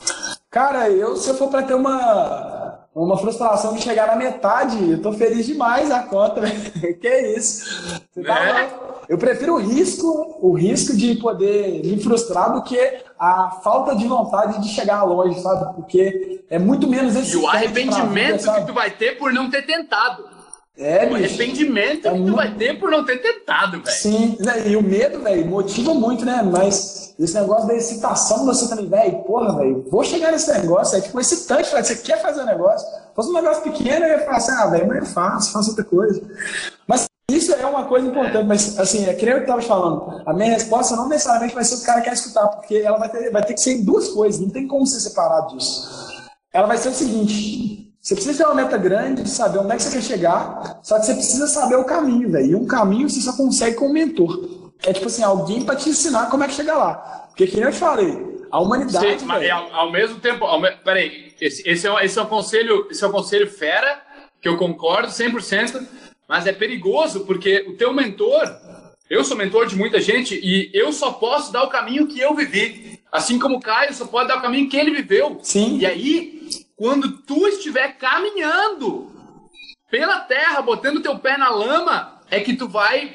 Cara, eu, se eu for pra ter uma, uma frustração de chegar na metade, eu tô feliz demais a conta, velho. Que isso? Você tá é? Eu prefiro o risco, o risco de poder me frustrar do que a falta de vontade de chegar longe, sabe? Porque é muito menos esse... E o arrependimento vida, que tu vai ter por não ter tentado. É, o bicho, arrependimento é que tu muito... vai ter por não ter tentado, velho. Sim, né? E o medo, velho, motiva muito, né? Mas esse negócio da excitação, você também, velho, porra, velho, vou chegar nesse negócio, é tipo excitante, velho, você quer fazer um negócio. Se fosse um negócio pequeno, eu ia falar assim, ah, velho, mas eu faço, faço outra coisa. Mas isso é uma coisa importante, mas assim, é que nem eu estava te falando, a minha resposta não necessariamente vai ser o que o cara quer escutar, porque ela vai ter, vai ter que ser em duas coisas, não tem como ser separado disso. Ela vai ser o seguinte... Você precisa ter uma meta grande, saber onde é que você quer chegar, só que você precisa saber o caminho, velho. E um caminho você só consegue com um mentor. É tipo assim, alguém para te ensinar como é que chega lá. Porque, que nem eu te falei, a humanidade... Sim, mas ao, ao mesmo tempo... Ao me... Peraí, esse, esse, é um, esse, é um conselho, esse é um conselho fera, que eu concordo cem por cento, mas é perigoso, porque o teu mentor... Eu sou mentor de muita gente e eu só posso dar o caminho que eu vivi. Assim como o Caio só pode dar o caminho que ele viveu. Sim. E aí... Quando tu estiver caminhando pela terra, botando teu pé na lama, é que tu vai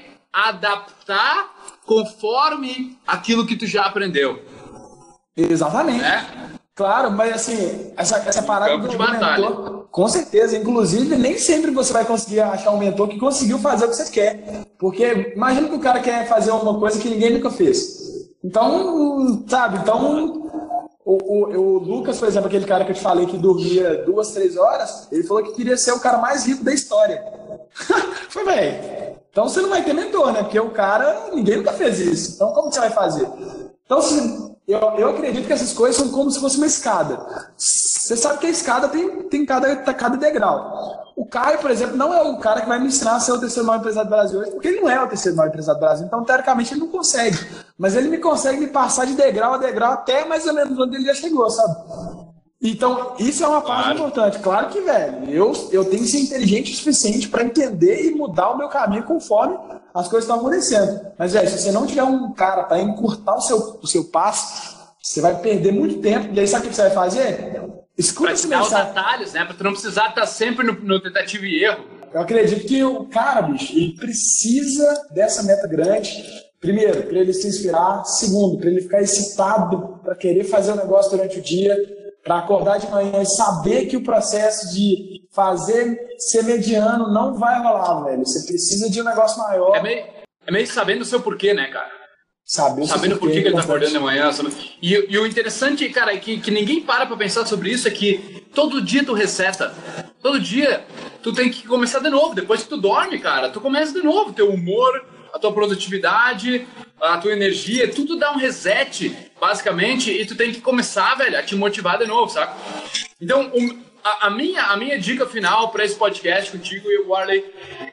adaptar conforme aquilo que tu já aprendeu. Exatamente. É? Claro, mas assim, essa, essa parada Campo do, de do batalha. mentor, com certeza, inclusive, nem sempre você vai conseguir achar um mentor que conseguiu fazer o que você quer. Porque imagina que o cara quer fazer uma coisa que ninguém nunca fez. Então, sabe, então... O, o, o Lucas, por exemplo, aquele cara que eu te falei que dormia duas, três horas, ele falou que queria ser o cara mais rico da história. Foi, velho. Então você não vai ter mentor, né? Porque o cara, ninguém nunca fez isso. Então como você vai fazer? Então, se, eu, eu acredito que essas coisas são como se fosse uma escada. Você sabe que a escada tem, tem cada, cada degrau. O Caio, por exemplo, não é o cara que vai me ensinar a ser o terceiro maior empresário do Brasil hoje, porque ele não é o terceiro maior empresário do Brasil. Então, teoricamente, ele não consegue. Mas ele me consegue me passar de degrau a degrau até mais ou menos onde ele já chegou, sabe? Então, isso é uma parte claro. importante. Claro que, velho, eu, eu tenho que ser inteligente o suficiente para entender e mudar o meu caminho conforme as coisas estão acontecendo. Mas, velho, se você não tiver um cara para encurtar o seu, o seu passo, você vai perder muito tempo. E aí, sabe o que você vai fazer? Escuta esse mensagem. Para os atalhos, né? Para tu não precisar estar sempre no, no tentativa e erro. Eu acredito que o cara, bicho, ele precisa dessa meta grande. Primeiro, para ele se inspirar. Segundo, para ele ficar excitado, para querer fazer o negócio durante o dia. Para acordar de manhã e saber que o processo de fazer ser mediano não vai rolar, velho. Você precisa de um negócio maior. É meio, é meio sabendo o seu porquê, né, cara? Saber sabendo por que ele tá acordando de manhã. Sabe? E, e o interessante, cara, é que, que ninguém para pra pensar sobre isso, é que todo dia tu reseta. Todo dia tu tem que começar de novo. Depois que tu dorme, cara, tu começa de novo. Teu humor, a tua produtividade, a tua energia, tudo dá um reset, basicamente, e tu tem que começar, velho, a te motivar de novo, saca? Então, um, a, a, minha, a minha dica final para esse podcast contigo e o Warley,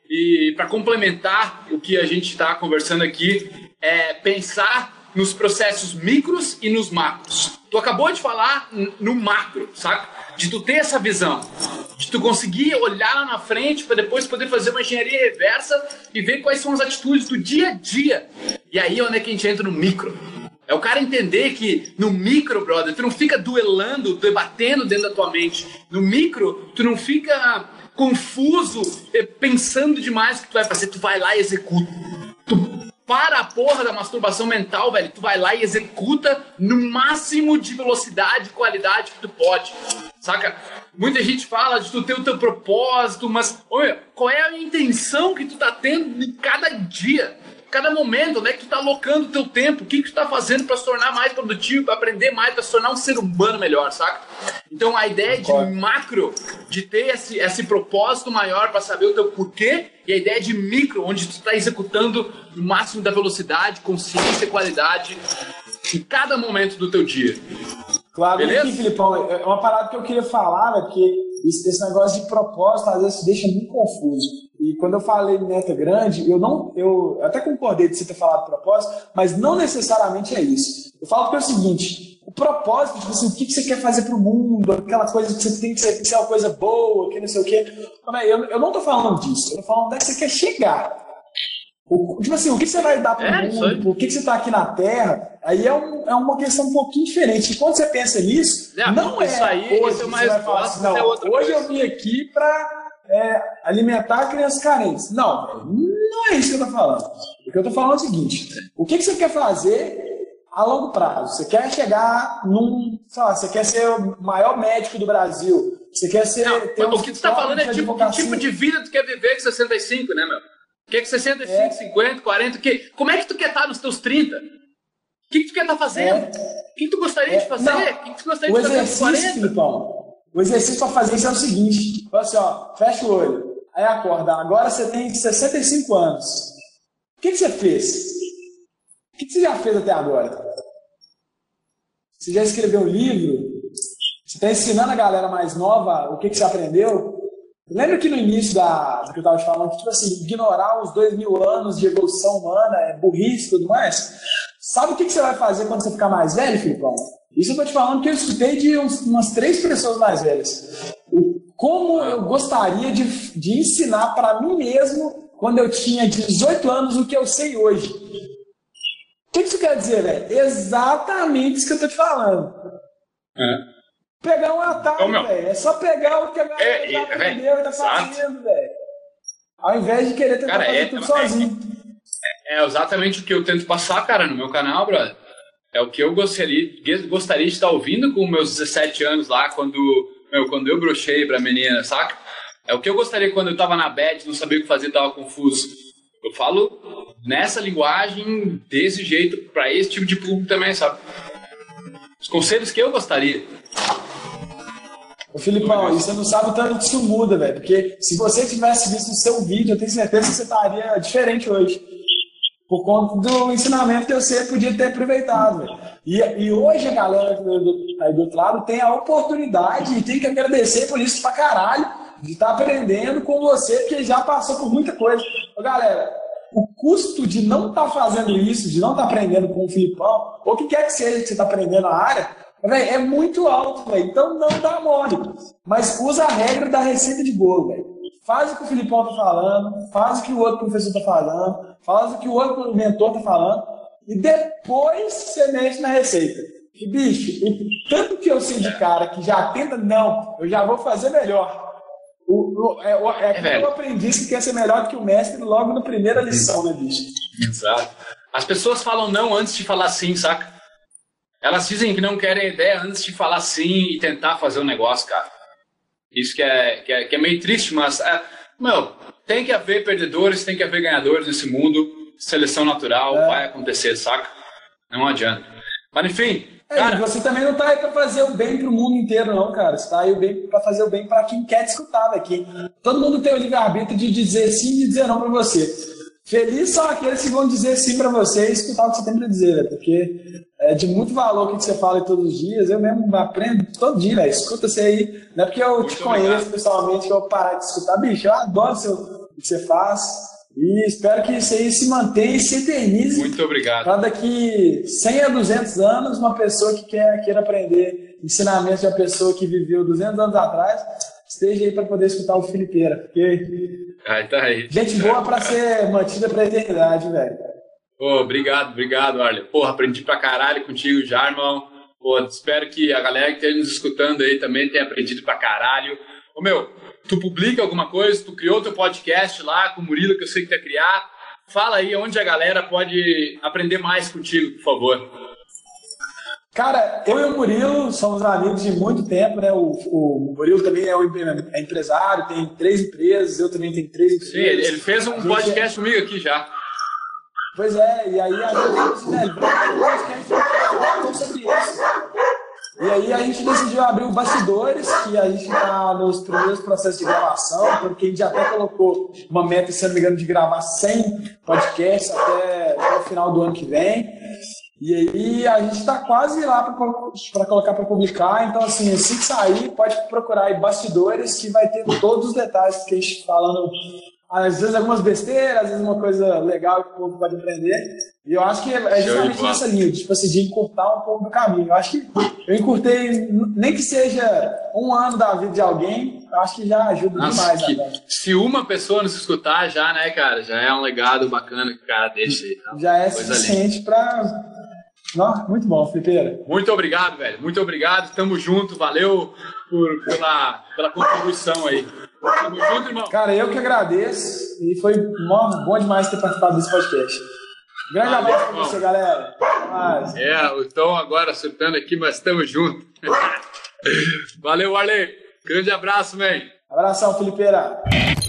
e para complementar o que a gente está conversando aqui, é pensar nos processos micros e nos macros. Tu acabou de falar no macro, saca? De tu ter essa visão, de tu conseguir olhar lá na frente para depois poder fazer uma engenharia reversa e ver quais são as atitudes do dia a dia. E aí onde é que a gente entra no micro? É o cara entender que no micro, brother, tu não fica duelando, debatendo dentro da tua mente. No micro, tu não fica confuso, pensando demais o que tu vai fazer, tu vai lá e executa. Tu para a porra da masturbação mental, velho, tu vai lá e executa no máximo de velocidade e qualidade que tu pode, saca? Muita gente fala de tu ter o teu propósito, mas olha, qual é a intenção que tu tá tendo em cada dia, cada momento, né, que tu tá alocando o teu tempo, o que que tu tá fazendo para se tornar mais produtivo, para aprender mais, para se tornar um ser humano melhor, saca? Então a ideia de macro, de ter esse, esse propósito maior para saber o teu porquê, e a ideia de micro, onde tu tá executando no máximo da velocidade, consciência e qualidade em cada momento do teu dia. Claro, beleza? Aqui, Filipão, é uma parada que eu queria falar, né, porque esse, esse negócio de propósito às vezes deixa muito confuso. E quando eu falei meta grande, eu não, eu até concordei de você ter falado propósito, mas não necessariamente é isso. Eu falo porque é o seguinte, o propósito, tipo assim, o que você quer fazer pro mundo, aquela coisa que você tem que ser, que ser uma coisa boa, que não sei o quê. Eu, eu não tô falando disso, eu tô falando onde é que você quer chegar. O, tipo assim, o que você vai dar pro é, mundo, por que você tá aqui na Terra, aí é, um, é uma questão um pouquinho diferente. E quando você pensa nisso, é, não é isso aí, hoje isso é que mais você vai falar assim, não, é outra hoje coisa. Eu vim aqui pra é, alimentar crianças carentes. Não, não é isso que eu tô falando. O que eu tô falando é o seguinte, o que, que você quer fazer a longo prazo? Você quer chegar num, sei lá, você quer ser o maior médico do Brasil, você quer ser... Não, ter um o que tu tá falando é tipo, que tipo de vida tu quer viver com sessenta e cinco, né, meu? Quer que sessenta e cinco, é. cinquenta, quarenta, que... como é que tu quer estar nos teus trinta? O que, que tu quer estar fazendo? É. O que, que tu gostaria é. de fazer? Não. O que, que tu gostaria o de fazer nos quarenta? Filipão, o exercício para fazer isso é o seguinte, fala assim, ó, fecha o olho, aí acorda, agora você tem sessenta e cinco anos. O que, que você fez? O que, que você já fez até agora? Você já escreveu um livro? Você está ensinando a galera mais nova o que, que você aprendeu? Lembra que no início da, do que eu estava te falando, que tipo assim, ignorar os dois mil anos de evolução humana é burrice e tudo mais? Sabe o que, que você vai fazer quando você ficar mais velho, Filipão? Isso eu estou te falando que eu escutei de uns, umas três pessoas mais velhas. Como eu gostaria de, de ensinar para mim mesmo, quando eu tinha dezoito anos, o que eu sei hoje. O que, que isso quer dizer, velho? Exatamente isso que eu estou te falando. É. Pegar um atalho, velho. É só pegar o que a galera é, já aprendeu e tá fazendo, velho. Ao invés de querer tentar cara, fazer é, tudo é, sozinho. É, é exatamente o que eu tento passar, cara, no meu canal, brother. É o que eu gostaria, gostaria de estar ouvindo com meus dezessete anos lá, quando, meu, quando eu brochei pra menina, saca? É o que eu gostaria quando eu tava na bad, não sabia o que fazer, tava confuso. Eu falo nessa linguagem, desse jeito, pra esse tipo de público também, sabe? Os conselhos que eu gostaria. Ô Filipão, e você não sabe o tanto que isso muda, velho. Porque se você tivesse visto o seu vídeo, eu tenho certeza que você estaria diferente hoje. Por conta do ensinamento que você podia ter aproveitado, velho. E, e hoje a galera do, do, aí do outro lado tem a oportunidade e tem que agradecer por isso pra caralho, de estar tá aprendendo com você, porque já passou por muita coisa. Ô, galera, o custo de não estar tá fazendo isso, de não estar tá aprendendo com o Filipão, ou o que quer que seja que você está aprendendo na área, véio, é muito alto, véio. Então não dá mole. Mas usa a regra da receita de bolo, velho. Faz o que o Filipão tá falando, faz o que o outro professor tá falando, faz o que o outro mentor tá falando, e depois você mexe na receita. E, bicho, e tanto que eu sei de cara que já tenta, não, eu já vou fazer melhor. O, o, é é, é, é o aprendiz que quer ser melhor do que o mestre logo na primeira lição, né, bicho? Exato. As pessoas falam não antes de falar sim, saca? Elas dizem que não querem ideia antes de falar sim e tentar fazer o um negócio, cara. Isso que é, que é, que é meio triste, mas, é, meu, tem que haver perdedores, tem que haver ganhadores nesse mundo. Seleção natural, é. Vai acontecer, saca? Não adianta. Mas, enfim, é, cara... Você também não tá aí pra fazer o bem pro mundo inteiro, não, cara. Você tá aí bem, pra fazer o bem pra quem quer te escutar daqui. Todo mundo tem o livre-arbítrio de dizer sim e dizer não pra você. Feliz são aqueles que vão dizer sim pra você e escutar o que você tem pra dizer, velho. Porque é de muito valor o que você fala todos os dias. Eu mesmo aprendo todo dia, velho. Escuta você aí. Não é porque eu muito te conheço obrigado. Pessoalmente que eu vou parar de escutar. Bicho, eu adoro o, seu, o que você faz. E espero que isso aí se mantenha e se eternize. Muito obrigado. Para daqui cem a duzentos anos, uma pessoa que quer, queira aprender ensinamentos de uma pessoa que viveu duzentos anos atrás, esteja aí para poder escutar o Filipeira. Porque ai, tá aí. Gente boa para ser mantida para a eternidade, velho. Pô, obrigado, obrigado, Arley. Porra, aprendi pra caralho contigo já, irmão. Pô, espero que a galera que esteja nos escutando aí também tenha aprendido pra caralho. Ô, meu... Tu publica alguma coisa, tu criou teu podcast lá com o Murilo, que eu sei que tu ia criar. Fala aí onde a galera pode aprender mais contigo, por favor. Cara, eu e o Murilo somos amigos de muito tempo, né? O, o Murilo também é, o, é empresário, tem três empresas, eu também tenho três empresas. Sim, ele, ele fez um podcast é... comigo aqui já. Pois é, e aí a gente né, podcast sobre isso. E aí a gente decidiu abrir o Bastidores, que a gente está nos primeiros processos de gravação, porque a gente já até colocou uma meta, se não me engano, de gravar cem podcasts até, até o final do ano que vem. E aí a gente está quase lá para colocar para publicar, então assim, assim que sair, pode procurar aí Bastidores, que vai ter todos os detalhes que a gente falando, às vezes algumas besteiras, às vezes uma coisa legal que o povo pode aprender. E eu acho que é justamente nessa linha, tipo assim, de encurtar um pouco do caminho. Eu acho que eu encurtei, nem que seja um ano da vida de alguém, eu acho que já ajuda Nossa, demais. Que, né, se uma pessoa nos escutar já, né, cara, já é um legado bacana que o cara deixa aí. Tá? Já é suficiente para... Não, muito bom, Filipeira. Muito obrigado, velho. Muito obrigado. Tamo junto. Valeu por, pela, pela contribuição aí. Tamo junto, irmão. Cara, eu que agradeço. E foi bom demais ter participado desse podcast. Grande Valeu, abraço pra você, galera. Mas... É, o Tom agora surtando aqui, mas tamo junto. Valeu, Arley. Grande abraço, man. Abração, Filipeira.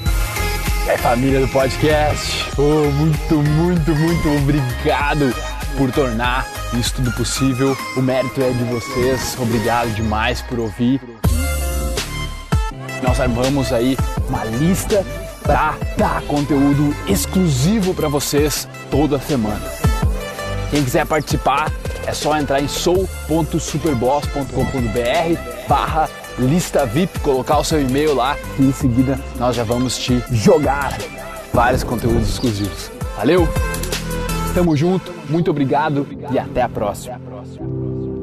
É família do podcast. Oh, muito, muito, muito obrigado por tornar isso tudo possível. O mérito é de vocês. Obrigado demais por ouvir. Nós armamos aí uma lista para dar conteúdo exclusivo para vocês toda semana. Quem quiser participar é só entrar em sou ponto superboss ponto com ponto br barra lista V I P, colocar o seu e-mail lá e em seguida nós já vamos te jogar vários conteúdos exclusivos. Valeu? Tamo junto, muito obrigado e até a próxima.